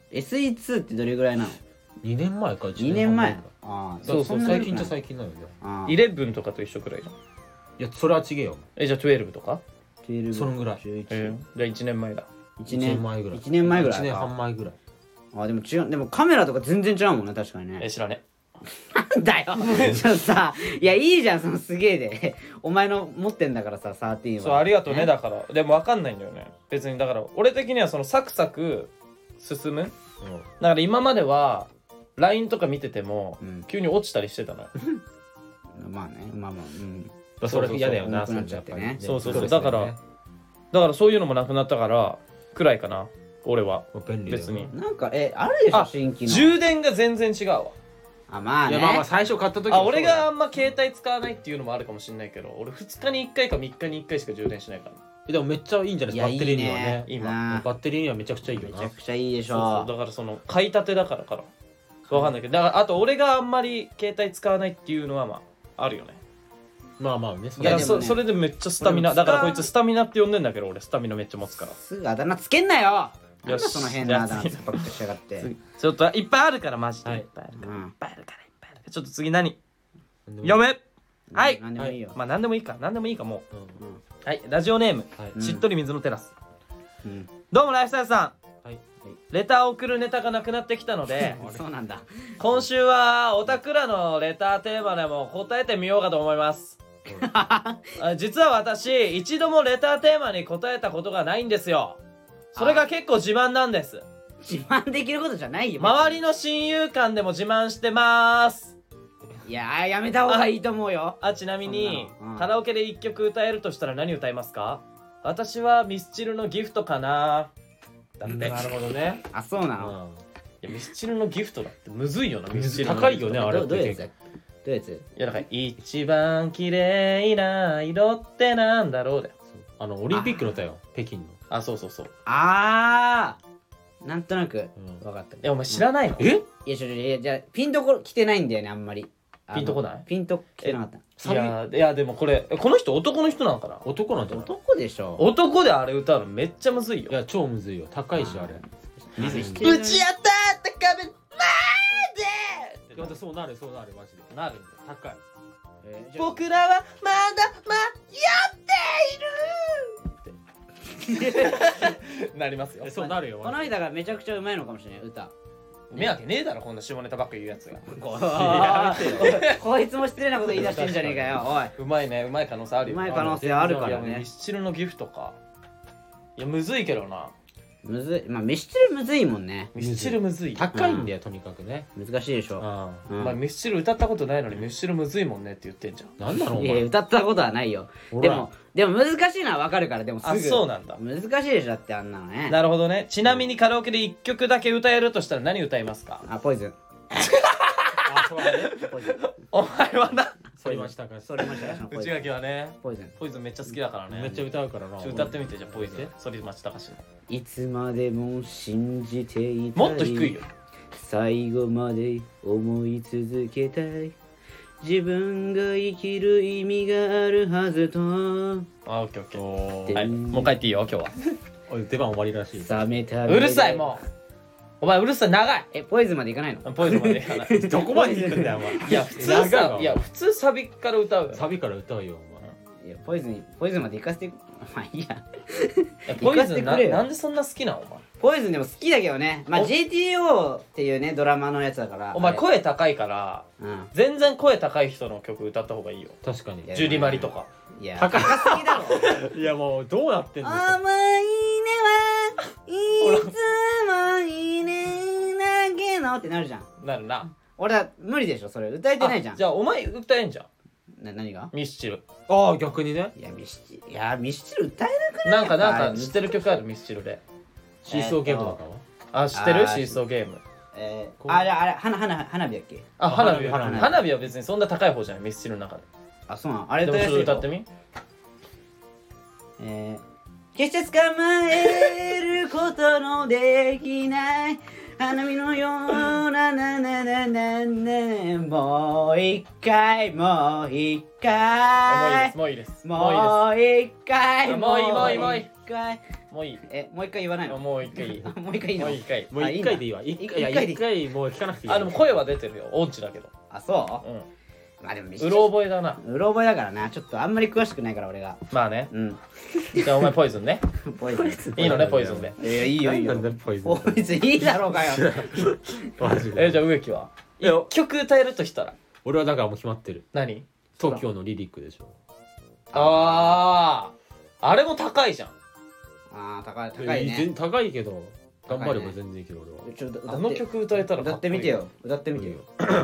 SE2 ってどれぐらいなの 2年前か ？2年前。 そう最近じゃ最近なのよ。 11とかと一緒くらいじゃん。 いやそれは違えよ。 じゃあ12とか？ そのぐらい。 じゃあ1年前だ。 1年前ぐらい。 1年前ぐらい 1年半前ぐらい。 でも違う。でもカメラとか全然違うもんね確かにね。 知らねなんだよちょっとさいやいいじゃんそのすげえでお前の持ってんだからさ13は。 そうありがとうね。だからでも分かんないんだよね別に。だから俺的にはそのサクサク進む。だから今までは LINE とか見てても急に落ちたりしてたのよ。 まあねまあそれ嫌だよな。 重くなっちゃってね。 そうだからそういうのもなくなったからくらいかな俺は。別になんかあるでしょ新機能。 充電が全然違うわ。 まあね。 いやまあ最初買った時俺があんま携帯使わないっていうのもあるかもしれないけど俺2日に1回か3日に1回しか充電しないから。 でもめっちゃいいんじゃないですか。バッテリーにはね。 今バッテリーにはめちゃくちゃいいよな。 めちゃくちゃいいでしょ。 だからその買いたてだから分かんないけど。だからあと俺があんまり携帯使わないっていうのはまああるよね。 まあまあね。 いやそれでめっちゃスタミナだからこいつスタミナって呼んでんだけど俺スタミナめっちゃ持つから。 すぐあだ名つけんなよ。 よしなんだその変なあだ名つっぱっとしやがって。 ちょっといっぱいあるからマジでいっぱいあるからちょっと次何読め。はい何でもいいよ。 まあ何でもいいかもう。はいラジオネームしっとり水のテラス。どうもライフスタイルさん。レターを送るネタがなくなってきたのでそうなんだ。 今週はオタクらのレターテーマでも答えてみようかと思います。実は私一度もレターテーマに答えたことがないんですよ。それが結構自慢なんです。 自慢できることじゃないよ。 周りの親友間でも自慢してます。 いややめた方がいいと思うよ。 ちなみにカラオケで1曲歌えるとしたら何歌いますか？私はミスチルのギフトかな。だって。 なるほどね。 そうなの。 いやミスチルのギフトだってむずいよな。ミスチル高いよねあれ。 どういうやつ？どういうやつ？ いやだから一番綺麗な色ってなんだろうだよ。 オリンピックの歌よ北京の。 そうなんとなく分かった。 お前知らないの？ いやじゃあピンとこ来てないんだよねあんまり。 ピンとこない？ ピンと来てなかった。 いやでもこの人男の人なのかな？ 男なんじゃない？ 男でしょ。 男であれ歌うのめっちゃむずいよ。 いや超むずいよ。高いしあれ。 打ち当たった壁までそうなるマジでなるんだよ。 高い。 僕らはまだ迷っているなりますよ。 そうなるよ。 この人がめちゃくちゃうまいのかもしれない歌。 目開けねえだろこんな下ネタばっか言うやつが。 こいつも失礼なこと言い出してんじゃねえかよおい。 うまいね。うまい可能性あるよ。 うまい可能性あるからね。 ミスチルのギフトか。いやむずいけどな。 むずい。ミスチルむずいもんね。 ミスチルむずい。 高いんだよとにかくね。 難しいでしょ。 ミスチル歌ったことないのにミスチルむずいもんねって言ってんじゃん。なんだろう。 いや歌ったことはないよ。でも難しいのはわかるから。でもすぐ。 そうなんだ。 難しいでしょだってあんなのね。 なるほどね。ちなみにカラオケで1曲だけ歌えるとしたら何歌いますか？ ポイズン。 そうだね。 お前はな。 反町隆史。 内垣はね。 ポイズン。 ポイズンめっちゃ好きだからね。 めっちゃ歌うからな。 歌ってみてじゃあポイズン。反町隆史の。 いつまでも信じていたい。 もっと低いよ。 最後まで思い続けたい。自分が生きる意味があるはずと。 オッケーオッケー。はい。もう帰っていいよ今日は。 出番終わりらしい。 冷めた。 うるさいもう。お前うるさい長い。 ポイズンまで行かないの？ ポイズンまで行かない。 どこまで行くんだよお前。 いや普通さ、普通サビから歌うよ。 サビから歌うよお前。いやポイズンまで行かせて。まあいいや。 ポイズンなんでそんな好きなのお前。 ポイズンでも好きだけどね。まあ GTO っていうねドラマのやつだから。 お前声高いから、全然声高い人の曲歌った方がいいよ。 確かに。 ジュリマリとか。 いや高すぎだろ。 いやもうどうなってんの。 甘いねはいつもいいねだけのってなるじゃん。 なるな。 俺は無理でしょそれ歌えてないじゃん。 じゃあお前歌えんじゃん。 何が？ ミスチル。 ああ逆にね。 いやミスチル歌えなくない？ なんか知ってる曲あるミスチルで。 シーソーゲームとかは？知ってるシーソーゲーム。 あれ花火だっけ？ あ花火は別にそんな高い方じゃないミスチルの中で。 あそうなの？あれでもちょっと歌ってみ。 決して捕まえることのできない花火のようなもう一回もう一回もういいですもう一回もういいもう一もう一回言わないの？ もう一回いい。 もう一回いいの？ もう一回でいいわ。一回もう聞かなくていい。 でも声は出てるよ音痴だけど。 あそう？まあでもうろ覚えだな。 うろ覚えだからな。ちょっとあんまり詳しくないから俺が。 まあね。じゃあお前ポイズンね。 ポイズンいいのねポイズンで。 いいよいいよ。 ポイズンいいだろうかよ。 じゃあ植木は一曲歌えるとしたら？ 俺はだからもう決まってる。 何？ 東京のリリックでしょ。 あれも高いじゃん。 高いね。 高いけど頑張れば全然いいけど俺は。 あの曲歌えたら歌ってみてよ。歌ってみてよ。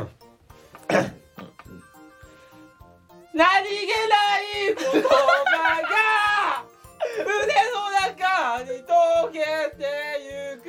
何気ない言葉が胸の中に溶けてゆ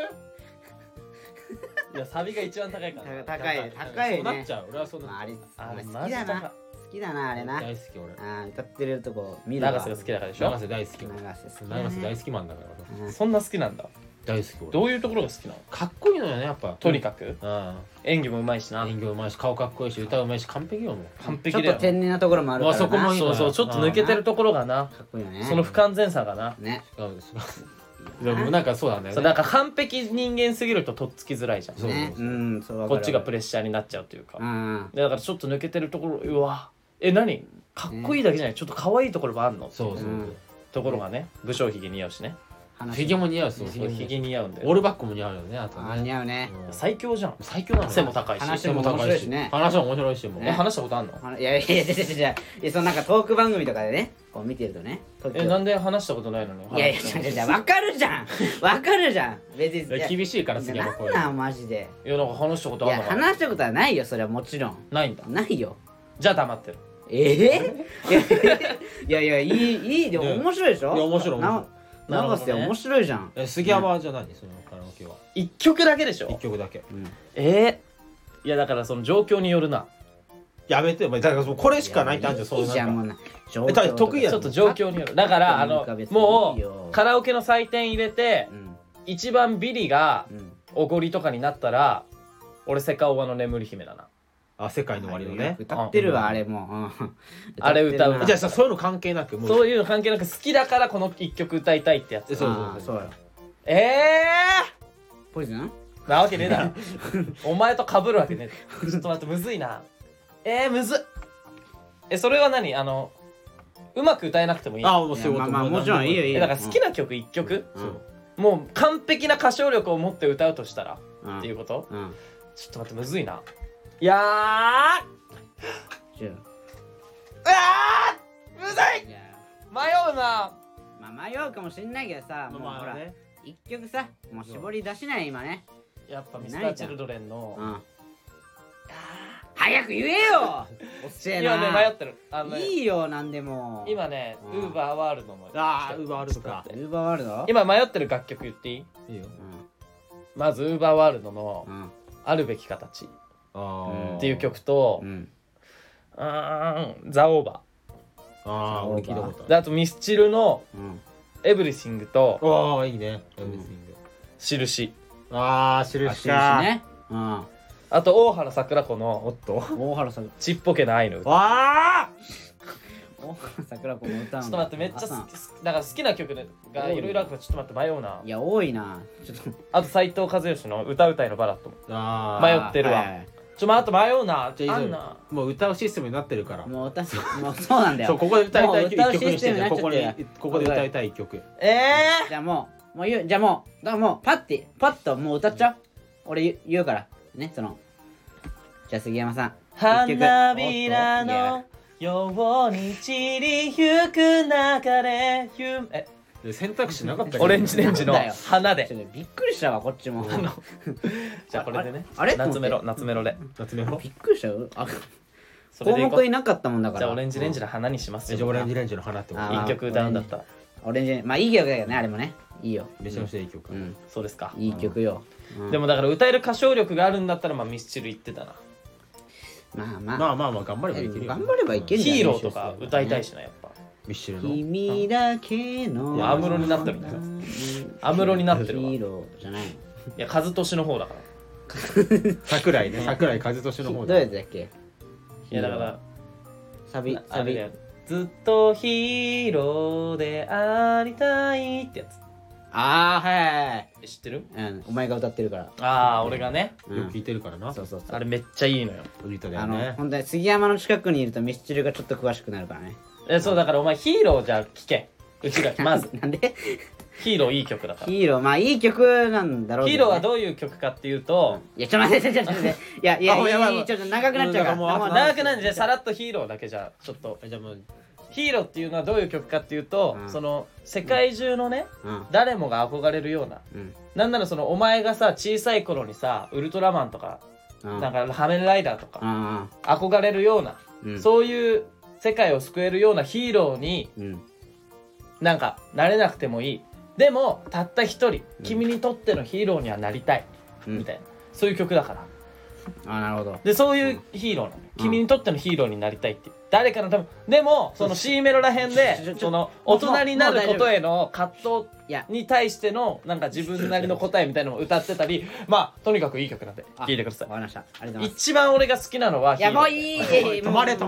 く。いやサビが一番高いから。 高いね。 そうなっちゃう。俺はそうなっちゃう。 あれ好きだな。好きだなあれな。 大好き俺。 歌ってるとこ見るわ。 永瀬が好きだからでしょ。 永瀬大好き。永瀬大好きマンだから。 そんな好きなんだ。 大好き俺。 どういうところが好きなの？ かっこいいのよねやっぱ。 とにかく。演技もうまいしな。 演技もうまいし顔かっこいいし歌うまいし完璧よもう。 完璧だよ。 ちょっと天然なところもあるからな。 そこもいい。 そうちょっと抜けてるところがな。 かっこいいよね。 その不完全さがな。 ね。 でもなんかそうなんだよね。 なんか完璧人間すぎるととっつきづらいじゃん。 ね。 こっちがプレッシャーになっちゃうというか。だからちょっと抜けてるところうわ何かっこいいだけじゃないちょっと可愛いところもあんの。 そうところがね武将髭似合うしね。 ひげも似合うし、 ひげ似合うんだよ。 オールバックも似合うよね、あとね。 似合うね。 最強じゃん。 最強なの。 背も高いし。 話も面白いしね。 話も面白いしも。 話したことあんの？ いやそのなんかトーク番組とかでね、こう見てるとね。 なんで話したことないのに？ いやわかるじゃん。わかるじゃん。別に厳しいから杉山これ。 なんマジで。 いやなんか話したことあるのか。 いや話したことはないよ、それはもちろん。 ないんだ。 ないよ。 じゃあ黙ってる。 いやいいでも面白いでしょ？ いや面白い。 長瀬面白いじゃん。 杉山じゃないそのカラオケは。 一曲だけでしょ？ 一曲だけ。 いやだからその状況によるな。 やめてよ。だからこれしかないってあるじゃん。そうなんか。得意や。 ちょっと状況による。だからもうカラオケの採点入れて一番ビリがおごりとかになったら俺セカオワの眠り姫だな。 世界の終わりのね。 歌ってるわあれも。 あれ歌う。 じゃあそういうの関係なく。 そういうの関係なく好きだからこの一曲歌いたいってやつ。 そうよ。ポイズン？ なわけねえだろ。お前と被るわけねえ。ちょっと待ってむずいな。むずっ。それは何うまく歌えなくてもいい？ もうそういうこと。 まあもちろんいいよ。 だから好きな曲一曲？もう完璧な歌唱力を持って歌うとしたらっていうこと？ちょっと待ってむずいな。むずい。迷うな。 迷うかもしんないけどさ、もうほら一曲さ、もう絞り出しない今ね。 やっぱミスターチルドレンの早く言えよ。おっせえな。 今ね迷ってる。 いいよなんでも。 今ねウーバーワールドの。 ウーバーワールドか。 ウーバーワールド？ 今迷ってる楽曲言っていい？ いいよ。 まずウーバーワールドのあるべき形っていう曲とザ・オーバー。俺聞いたことある。 であとミスチルのエブリシングといいね。エブリシング。 印。 印か。 ね。 あと大原桜子の大原さんちっぽけな愛の歌。 大原桜子の歌。 ちょっと待ってめっちゃだから好きな曲がいろいろあるからちょっと待って迷うな。 いや多いな。 あと斉藤和義の歌うたいのバラッドも迷ってるわ。あと迷うな。 もう歌うシステムになってるから。 もうそうなんだよ。 そうここで歌いたい一曲にしてね。ここで歌いたい一曲。 じゃあもうもう言う、じゃあもうパッともう歌っちゃう。俺言うからね、その、じゃあ杉山さん花びらのように散りゆく中で選択肢なかったっけ？ オレンジレンジの花で。 びっくりしたわこっちも。 じゃあこれでね。 あれ夏メロで。 夏メロびっくりしたよ。 それでいこう。 項目になかったもんだから。 じゃあオレンジレンジの花にしますよ。 じゃあオレンジレンジの花ってこと。 一曲歌うんだったら。 オレンジ、まあいい曲だけどね、あれもね。いいよ。 めちゃめちゃいい曲。 そうですか。 いい曲よ。 でもだから歌える歌唱力があるんだったらまあミスチル言ってたな。 まあ頑張ればいけるよ。 頑張ればいけるんじゃない。 ヒーローとか歌いたいしな、やっぱ。 ミッシェルの君だけの安室になってるみたいな。安室になってるわ。 ヒーローじゃないの。 いや、和俊の方だから。 桜井ね、桜井和俊の方どうやってだっけ。 いやだからサビずっとヒーローでありたいってやつ。 ああはい知ってる？ お前が歌ってるから。 ああ俺がね、 よく聞いてるからな。 そうあれめっちゃいいのよ。 歌だよね。 本当に杉山の近くにいるとミスチルがちょっと詳しくなるからね。 そうだからお前ヒーローじゃあ聴け。うちがまずなんでヒーローいい曲だから。 ヒーローまあいい曲なんだろうけどね。ヒーローはどういう曲かっていうと、 いやちょっと待っていやちょっと長くなっちゃうから。 長くなるんでさらっとヒーローだけじゃちょっと。 じゃあもうヒーローっていうのはどういう曲かっていうと、その世界中のね、誰もが憧れるような、なんならそのお前がさ小さい頃にさウルトラマンとか、なんか仮面ライダーとか、憧れるような、そういう世界を救えるようなヒーローに、なんかなれなくてもいい。でもたった一人、君にとってのヒーローにはなりたい、みたいなそういう曲だから。 なるほど。 でそういうヒーローなの、君にとってのヒーローになりたいっていう誰かのため。でもその C メロらへんでその大人になることへの葛藤に対してのなんか自分なりの答えみたいなのを歌ってたり、まあとにかくいい曲なんで聴いてください。 わかりました。ありがとうございます。 一番俺が好きなのはヒーロー。 いやもういい。 止まれ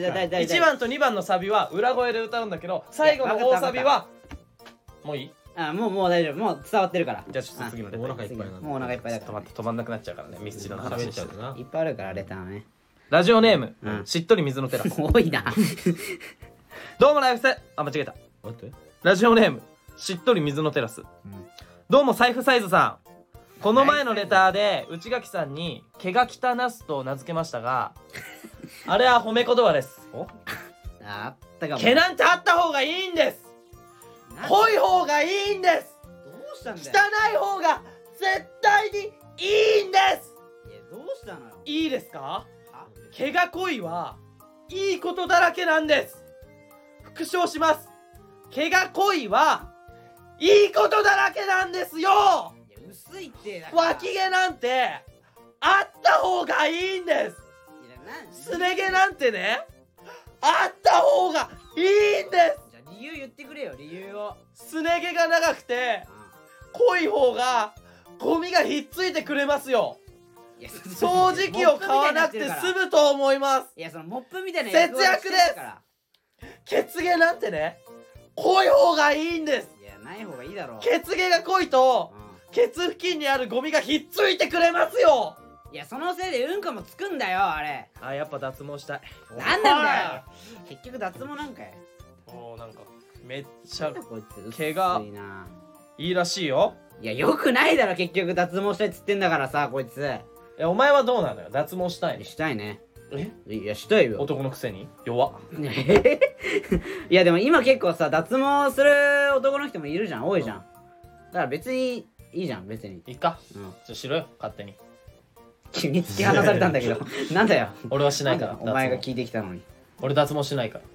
1番と2番のサビは裏声で歌うんだけど、最後の大サビはもういい。 もう大丈夫。もう伝わってるから。 じゃあちょっと次のレター。 お腹いっぱいなんで。 もうお腹いっぱいだから。 止まんなくなっちゃうからね、ミスチルの話しちゃうとな。 いっぱいあるからレターね。 ラジオネーム、しっとり水のテラス。 多いな。 どうもライフセ間違えた。ラジオネームしっとり水のテラス。どうも財布サイズさん。この前のレターで内垣さんに毛が汚すと名付けましたが、あれは褒め言葉です。 あったかも。 毛なんてあった方がいいんです。濃い方がいいんです。 どうしたんだよ。 汚い方が絶対にいいんです。 いやどうしたのよ。 いいですか？毛が濃いはいいことだらけなんです。復唱します。毛が濃いはいいことだらけなんですよ。 いや薄いって。 脇毛なんてあった方がいいんです。すね毛なんてねあった方がいいんです。 じゃあ理由言ってくれよ、理由を。 すね毛が長くて濃い方がゴミがひっついてくれますよ。掃除機を買わなくて済むと思います。 いやそのモップみたいな節約です。血毛なんてね濃い方がいいんです。 いやない方がいいだろう。 血毛が濃いと、ケツ付近にあるゴミがひっついてくれますよ。 いやそのせいでうんこもつくんだよあれ。 やっぱ脱毛したい。 なんなんだよ結局脱毛なんかい。 なんかめっちゃこいつ毛がいいらしいよ。 いやよくないだろ、結局脱毛したいっつってんだからさこいつ。 お前はどうなのよ、脱毛したいの？ したいね。 いやしたいよ。 男のくせに弱っ。 いやでも今結構さ脱毛する男の人もいるじゃん、多いじゃん。だから別にいいじゃん、別にいいか。しろよ勝手に。 急に突き放されたんだけどなんだよ。 俺はしないから。 お前が聞いてきたのに。 俺脱毛しないから。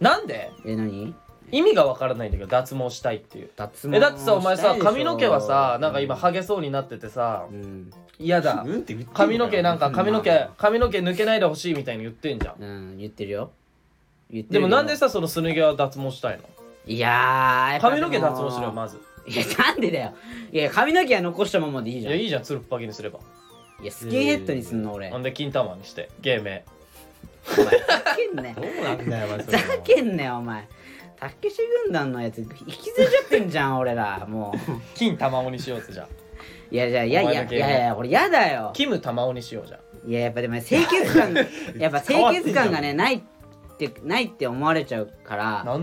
なんで？ 何？ 意味がわからないんだけど、脱毛したいっていう。だってさお前さ髪の毛はさなんか今ハゲそうになっててさ、嫌だ。髪の毛なんか髪の毛抜けないでほしいみたいに言ってんじゃん。 言ってるよ。 でもなんでさそのすね毛は脱毛したいの？ いや髪の毛脱毛しろよまず。 いやなんでだよ。いや髪の毛は残したままでいいじゃん。 いやいいじゃん、つるっぱげにすれば。 いやスキンヘッドにすんの俺。 なんで金玉にして芸名。 お前ふざけんなよ。 どうなんだよお前。 ふざけんなよお前。たけし軍団のやつ引きずっちゃってんじゃん俺らもう。 金玉緒にしようぜじゃあ。 いやじゃあいや俺やだよ。 キム玉緒にしようじゃあ。いややっぱでも清潔感やっぱ清潔感がねないって思われちゃうから。 なんで？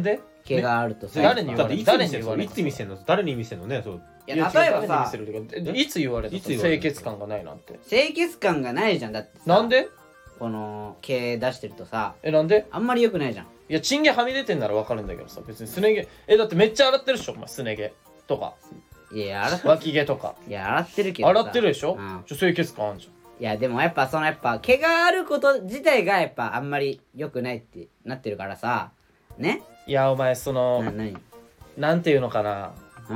毛があるとさ。 誰に言われるいつ見せんの誰に見せんのね。そう。 いや例えばさ、 いつ言われたの清潔感がないなんて。 清潔感がないじゃん。だってさ、 なんでこの毛出してるとさ、 なんであんまり良くないじゃん。 いやチンゲはみ出てんなら分かるんだけどさ、別にすね毛だってめっちゃ洗ってるでしょお前、すね毛とかいや脇毛とか。 いや洗ってるけどさ、 洗ってるでしょ、清潔感あるじゃん。 いやでもやっぱ毛があること自体がやっぱあんまり良くないってなってるからさね。 いやお前何なんていうのかな、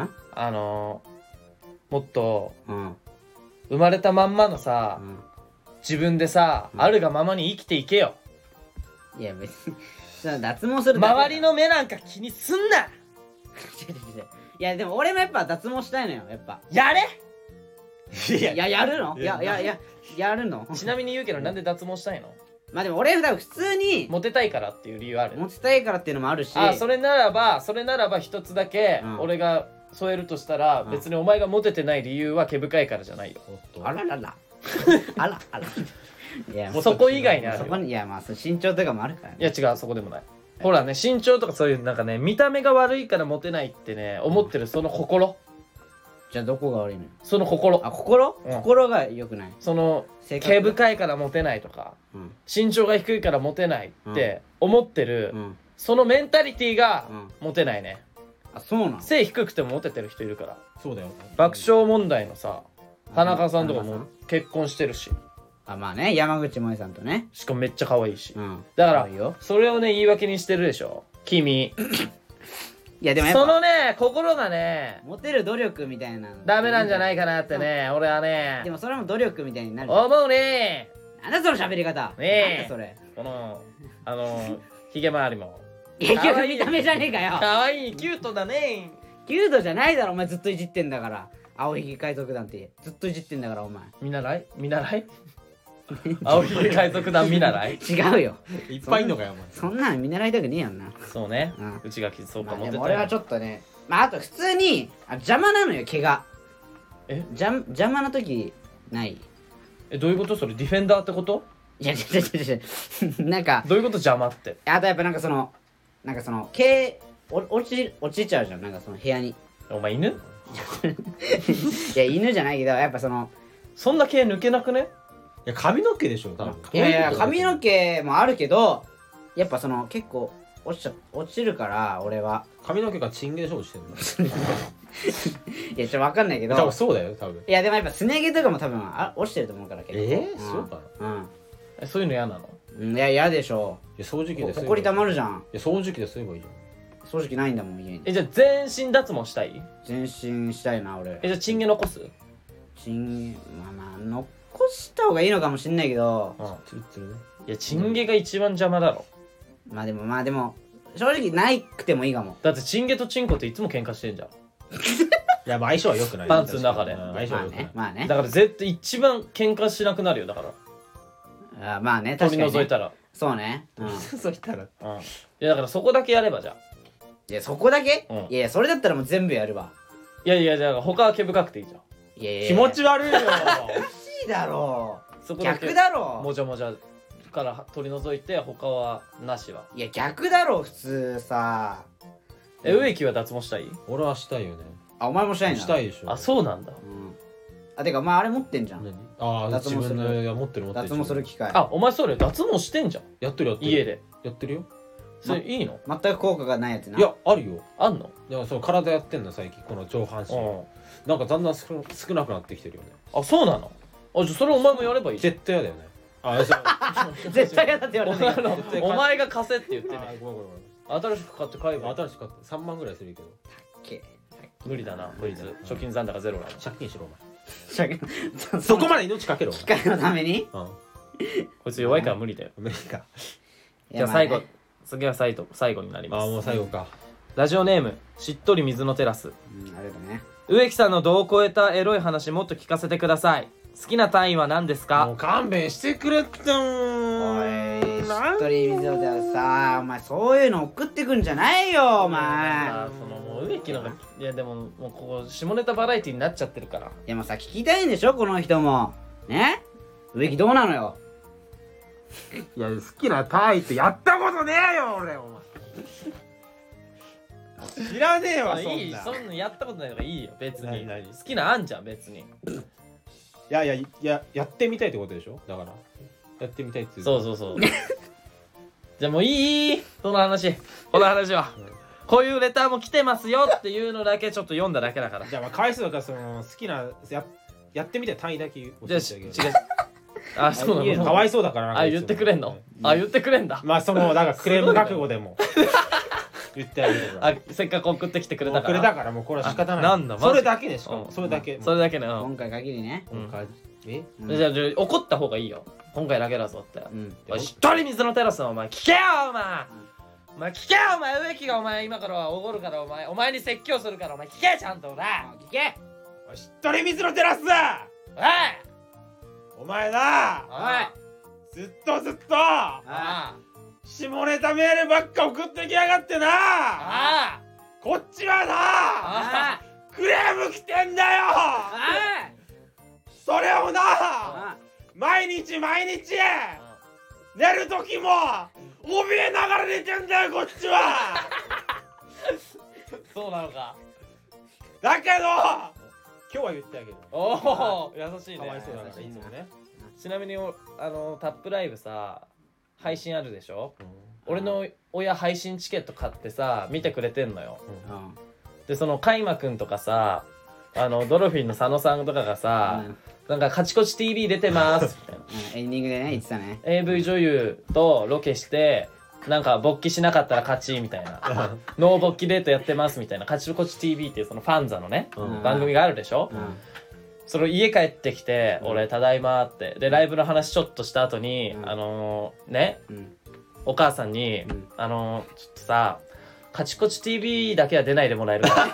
もっと生まれたまんまのさ、自分でさ、あるがままに生きていけよ。 いや別にその脱毛する周りの目なんか気にすんな。 いやでも俺もやっぱ脱毛したいのよ。やっぱやれ。 やるの？やるの？ ちなみに言うけどなんで脱毛したいの？ まあでも俺多分普通にモテたいからっていう理由ある。 モテたいからっていうのもあるし、 それならば一つだけ俺が添えるとしたら、別にお前がモテてない理由は毛深いからじゃないよ。 あらららあらいやそこ以外にあるよ。 そこにいやまあ身長とかもあるからね。 いや違う、そこでもない。ほらね、身長とかそういうなんかね、見た目が悪いからモテないってね思ってるその心。 じゃあどこが悪いのよ。 その心。 心が良くない。 その毛深いからモテないとか、身長が低いからモテないって思ってる、そのメンタリティがモテないね。 あ、そうなの？ 背低くてもモテてる人いるから。 そうだよ。 爆笑問題のさ、田中さんとかも結婚してるし。 まあね、山口もえさんとね。 しかもめっちゃ可愛いし。だからそれをね言い訳にしてるでしょ君。 いやでもやっぱそのね心がねモテる努力みたいなダメなんじゃないかなってね、俺はね。 でもそれも努力みたいになる。 思うね。 なんだその喋り方。 ねえ。 なんだそれ。 このひげ周りも。 結局見た目じゃねえかよ。 可愛いキュートだね。 キュートじゃないだろお前、ずっといじってんだから。青ひげ海賊団ってずっといじってんだからお前。 見習い青ひげ海賊団見習い。 違うよ。 いっぱいいんのかよお前。 そんなの見習いたくねえやんな。 そうね。内垣そうかもってたよ。 俺はちょっとね、あと普通に邪魔なのよ毛が。邪魔な時ない？ どういうこと？それディフェンダーってこと？ いやなんかどういうこと邪魔って？ あとやっぱなんかその毛落ちちゃうじゃん、なんかその部屋に。 お前犬？ いや犬じゃないけどやっぱそんな毛抜けなくね？ いや髪の毛でしょ多分。 いや髪の毛もあるけどやっぱ結構落ちるから俺は。 髪の毛がチンゲで勝負してるの。 いやちょっと分かんないけど。 多分そうだよ多分。 いやでもやっぱすね毛とかも多分落ちてると思うから結構。 そうかな。 そういうの嫌なの？ いや嫌でしょ。 いや掃除機でほこりたまるじゃん。 いや掃除機で吸えばいいじゃん。 掃除機ないんだもん家に。 じゃあ全身脱毛したい？ 全身したいな俺。 じゃあチンゲ残す？ まあ残した方がいいのかもしんないけど。 ツルツルね。 いやチンゲが一番邪魔だろ。 まあでも正直ないくてもいいかも。 だってチンゲとチンコっていつも喧嘩してんじゃん。 いや相性は良くない。 パンツの中で。 相性は良くない。 まあね。 だから絶対一番喧嘩しなくなるよだから。 まあね、確かに取り除いたら。 そうね。 そうしたら。 いやだからそこだけやればじゃあ。 いやそこだけ？いやそれだったらもう全部やるわ。 いやじゃあ他は毛深くていいじゃん。 いや気持ち悪いよ。 おかしいだろ。 そこだけ逆だろ。 もじゃもじゃから取り除いて他はなしは。 いや逆だろ普通さ。 植木は脱毛したい？ 俺はしたいよね。 お前もしたいな。 したいでしょ。 そうなんだ。 てかあれ持ってんじゃん。 脱毛する。いや持ってる。 脱毛する機械。 お前それ脱毛してんじゃん。 やってる家で。 やってるよ。 それいいの？ 全く効果がないやつな。 いやあるよ。 あんの？ いやそう体やってんの最近この上半身。なんかだんだん少なくなってきてるよね。 そうなの？じゃあそれお前もやればいい。 絶対やだよね。 絶対やだって言われた。 お前が貸せって言ってね。 ごめん。 新しく買って買えば。 新しく買って3万ぐらいするけど。 無理だなこいつ。貯金残高ゼロだ。 借金しろお前。 そこまで命かけろ。 機械のために？ こいつ弱いから無理だよ。 無理か。 じゃあ最後。次は最後になります。 もう最後か。 ラジオネームしっとり水のテラス。 ありがとうね。 植木さんの度を超えたエロい話もっと聞かせてください。好きな単位は何ですか？ もう勘弁してくれっておいしっとり水のテラスさ、お前そういうの送ってくんじゃないよお前。 もう植木のがいやでももうここ下ネタバラエティになっちゃってるから。 でもさ聞きたいんでしょこの人もね。植木どうなのよ。 いや好きな単位ってやったことねえよ俺お前。 知らねえわいい、 そんな。 そんなやったことないからいいよ別に。 何好きなあんじゃん別に。 やってみたいってことでしょ。だからやってみたいっていう。 そうそうそう。じゃあもういいこの話は。こういうレターも来てますよっていうのだけちょっと読んだだけだから。 じゃあ回数だからその好きなやってみたい単位だけ教えじゃてあげる。 あ違う。あ、そうなの。 かわいそうだからな。 あ、言ってくれんの。あ、言ってくれんだ。 まあそのだからクレーム覚悟でも言ってあげるから。 あ、せっかく送ってきてくれたから。 くれたからもうこれは仕方ない。 なんだマジそれだけでしかそれだけ。 それだけね。 今回限りね。 え？ じゃあ怒った方がいいよ。今回だけだぞって。 うんおい、一人水のテラスのお前聞けよお前。お前聞けよお前、植木がお前今からはおごるからお前に説教するからお前聞けちゃんとな。 聞け。 一人水のテラス。 おいお前な。ずっと下ネタメールばっか送ってきやがってな。こっちはなクレーム来てんだよ。それをな毎日寝る時も怯えながら寝てんだよこっちは。 そうなのか。 だけど今日は言ってあげる。 おお、優しいね。 かわいそうだからいつもね。 ちなみにタップライブさ配信あるでしょ。俺の親配信チケット買ってさ見てくれてんのよ。でそのカイマくんとかさドルフィンの佐野さんとかがさ、なんかカチコチ TV 出てますみたいな、 エンディングでね言ってたね。 AV 女優とロケしてなんか勃起しなかったら勝ちみたいなノー勃起デートやってますみたいなカチコチ TV っていうそのファンザのね、番組があるでしょ。それ家帰ってきて、俺ただいまってでライブの話ちょっとした後に、ね、お母さんに、ちょっとさカチコチ TV だけは出ないでもらえるか。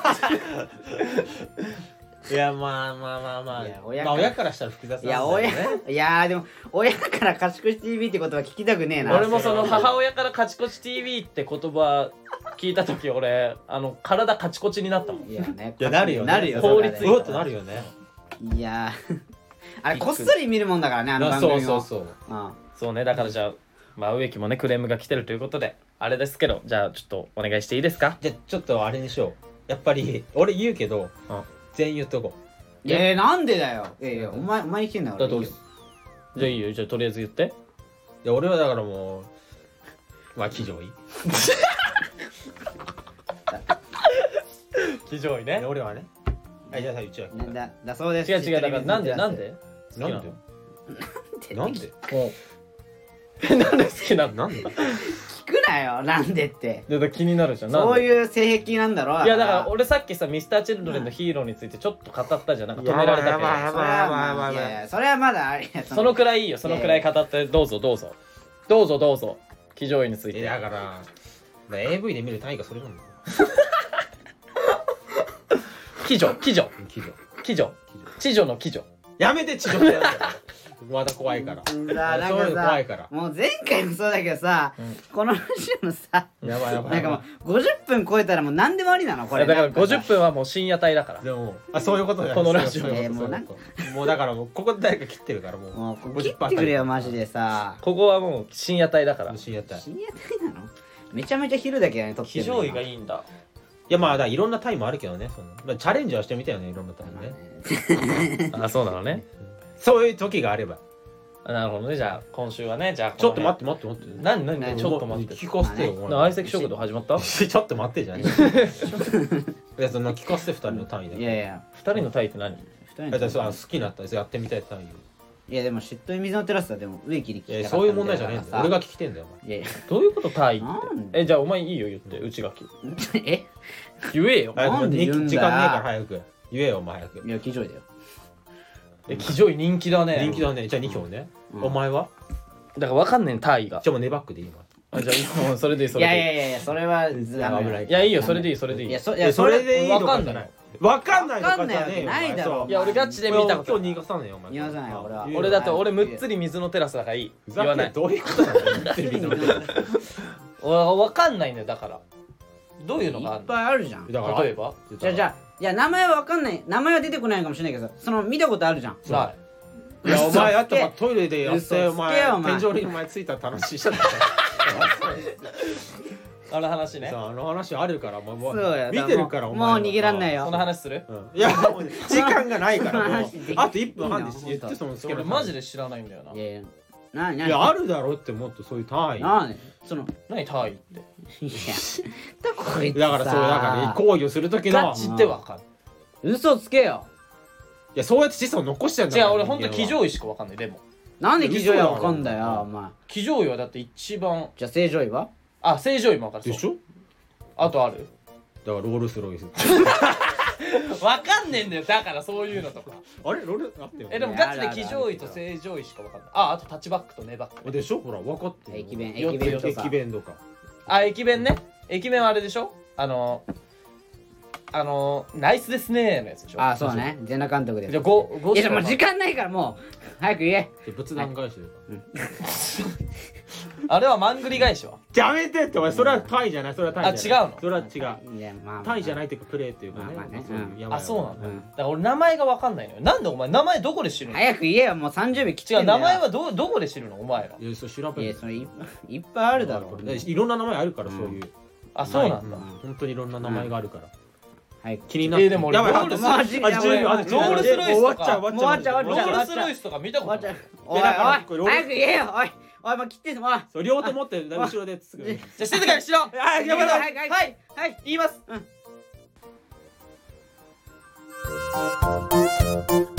いやまあ親からしたら複雑なんだよね。 いやでも親からカチコチ TV って言葉聞きたくねえな。 俺もその母親からカチコチ TV って言葉聞いた時俺体カチコチになったもん。 いやね、 いやなるよ法律うわっとなるよね。 いやあれこっそり見るもんだからねあの番組を。 そうね。だからじゃあ植木もねクレームが来てるということであれですけど、じゃあちょっとお願いしていいですか。 じゃあちょっとあれにしよう。やっぱり俺言うけど全員言っとこう。なんでだよ。お前に来てんだよ。 じゃあいいよ。じゃあとりあえず言って。 いや俺はだからもうまあ騎乗位。 騎乗位ね。 俺はね。じゃあ言っちゃう。 だそうです。 違うなんでなんでなんでなんで好きなの。 聞くなよなんでって。 気になるじゃん。 そういう性癖なんだろ。 いやだから俺さっきさミスターチルドレンのヒーローについてちょっと語ったじゃん。なんか止められたけど。 それはまだあれ。 そのくらいいいよ。そのくらい語ってどうぞ。騎乗位について。 だから AV で見る単位がそれなんだよ。 騎乗の騎乗。 やめて地上でやる。まだ怖いから。 なんかさ、もう前回もそうだけどさ、このラジオのさ、なんかもう50分超えたらもう何でもありなのこれ。 だから50分はもう深夜帯だから。 でもそういうことじゃない。 このラジオもうだからもうここで誰か切ってるからもう切ってくれよマジでさ。 ここはもう深夜帯だから。 深夜帯なの？めちゃめちゃ昼だけだね。 騎乗位がいいんだ。 いやまあだいろんなタイムあるけどね。チャレンジはしてみたよねいろんなタイムね。 あ、そうなのね。 そういう時があれば。 なるほどね。じゃあ今週はね、じゃあちょっと待って。 何ちょっと待って。 聞かせてよ。 相席食堂始まった？ ちょっと待ってじゃねえ。いやその聞かせて2人の単位だ。 いや 2人の単位って何？ 好きになったやってみたい単位。 いやでも嫉妬に水のテラスはでも植木に聞きたかった。 そういう問題じゃねえんだよ。俺が聞きてんだよ。 どういうこと単位って？じゃあお前いいよ言って内垣。言えよ。 なんで言うんだよ。 時間ねえから早く言えよお前早く。 いや騎乗位だよ。 騎乗位人気だね。 人気だね。じゃあ2票ね。お前は？ だから分かんねえ単位が。 じゃあもうネバックでいいわ。 じゃあそれでいい。 いやそれは危ない。 いやいいよそれでいい。それでいい。 いやそれでいいのかじゃない。分かんないとかじゃねえよ。ないだろ。 いや俺ガチで見たこと。 今日逃がさねえよお前。 逃がさないよ俺は。 俺だって俺むっつり水のテラスだからいい。言わない。 どういうことなんだよ。むっつり水のテラス。 分かんないんだよだから。どういうのがあるの？ いっぱいあるじゃん。 例えば？ じゃあいや名前は分かんない。名前は出てこないかもしれないけどその見たことあるじゃん。 ない。 いやお前あったトイレでやってお前天井にお前ついたって話しちゃった。 あの話ね。 さあの話あるからもうそうや見てるからお前もう逃げらんないよその話する？ いやもう時間がないからもう話できあと1分半でいいな言ってその好きな俺マジで知らないんだよな。 いやいやないないいやあるだろってもっとそういう単位なにその何タイって。 いやだこいつだからそうだからさ行為をする時のガチってわかる。 嘘つけよいやそうやって子孫残しちゃうんだから違う俺ほんと人間は騎乗位しかわかんない。でもなんで騎乗位はわかんだよお前騎乗位はだって一番じゃあ正常位はあ正常位もわかる。 でしょあとある？ だからロールスロイスわかんねえんだよだからそういうのとか。 あれロールあったよねでもガチで騎乗位と正常位しかわかんない。あとタッチバックとネバック。 でしょほら分かってる駅弁四つ駅弁とか駅弁とかあ駅弁ね。駅弁はあれでしょナイスですねーのやつでしょ。 あそうね全裸監督でじゃあ5 いやでも時間ないからもう早く言えで仏壇返しであれはマングリ返しはやめてってお前それはタイじゃないそれはタイじゃないあ違うのそれは違ういやまあタイじゃないっていうかプレーっていうかねまあまあねそういうやばいあそうなんだ。 うんだから俺名前がわかんないのよ。なんでお前名前どこで知るの？ 早く言えよもう30秒切って違うんだよ名前はどこで知るのお前ら。 いやそう調べるいやそれいっぱいあるだろいろんな名前あるからそういうあそうなんだ。 本当にいろんな名前があるから早く気になってでも俺やばいロールスマジであ10秒あロールスロイスとか終わっちゃう終わっちゃうもう終わっちゃうロールスロイスとか見たことない。 おいおいだからこれ早く言えよおいおいもう切ってんのおいそう両手持って後ろですぐじゃじゃあ静かにしろ。 あやばいはいはいはいはい言います。 うん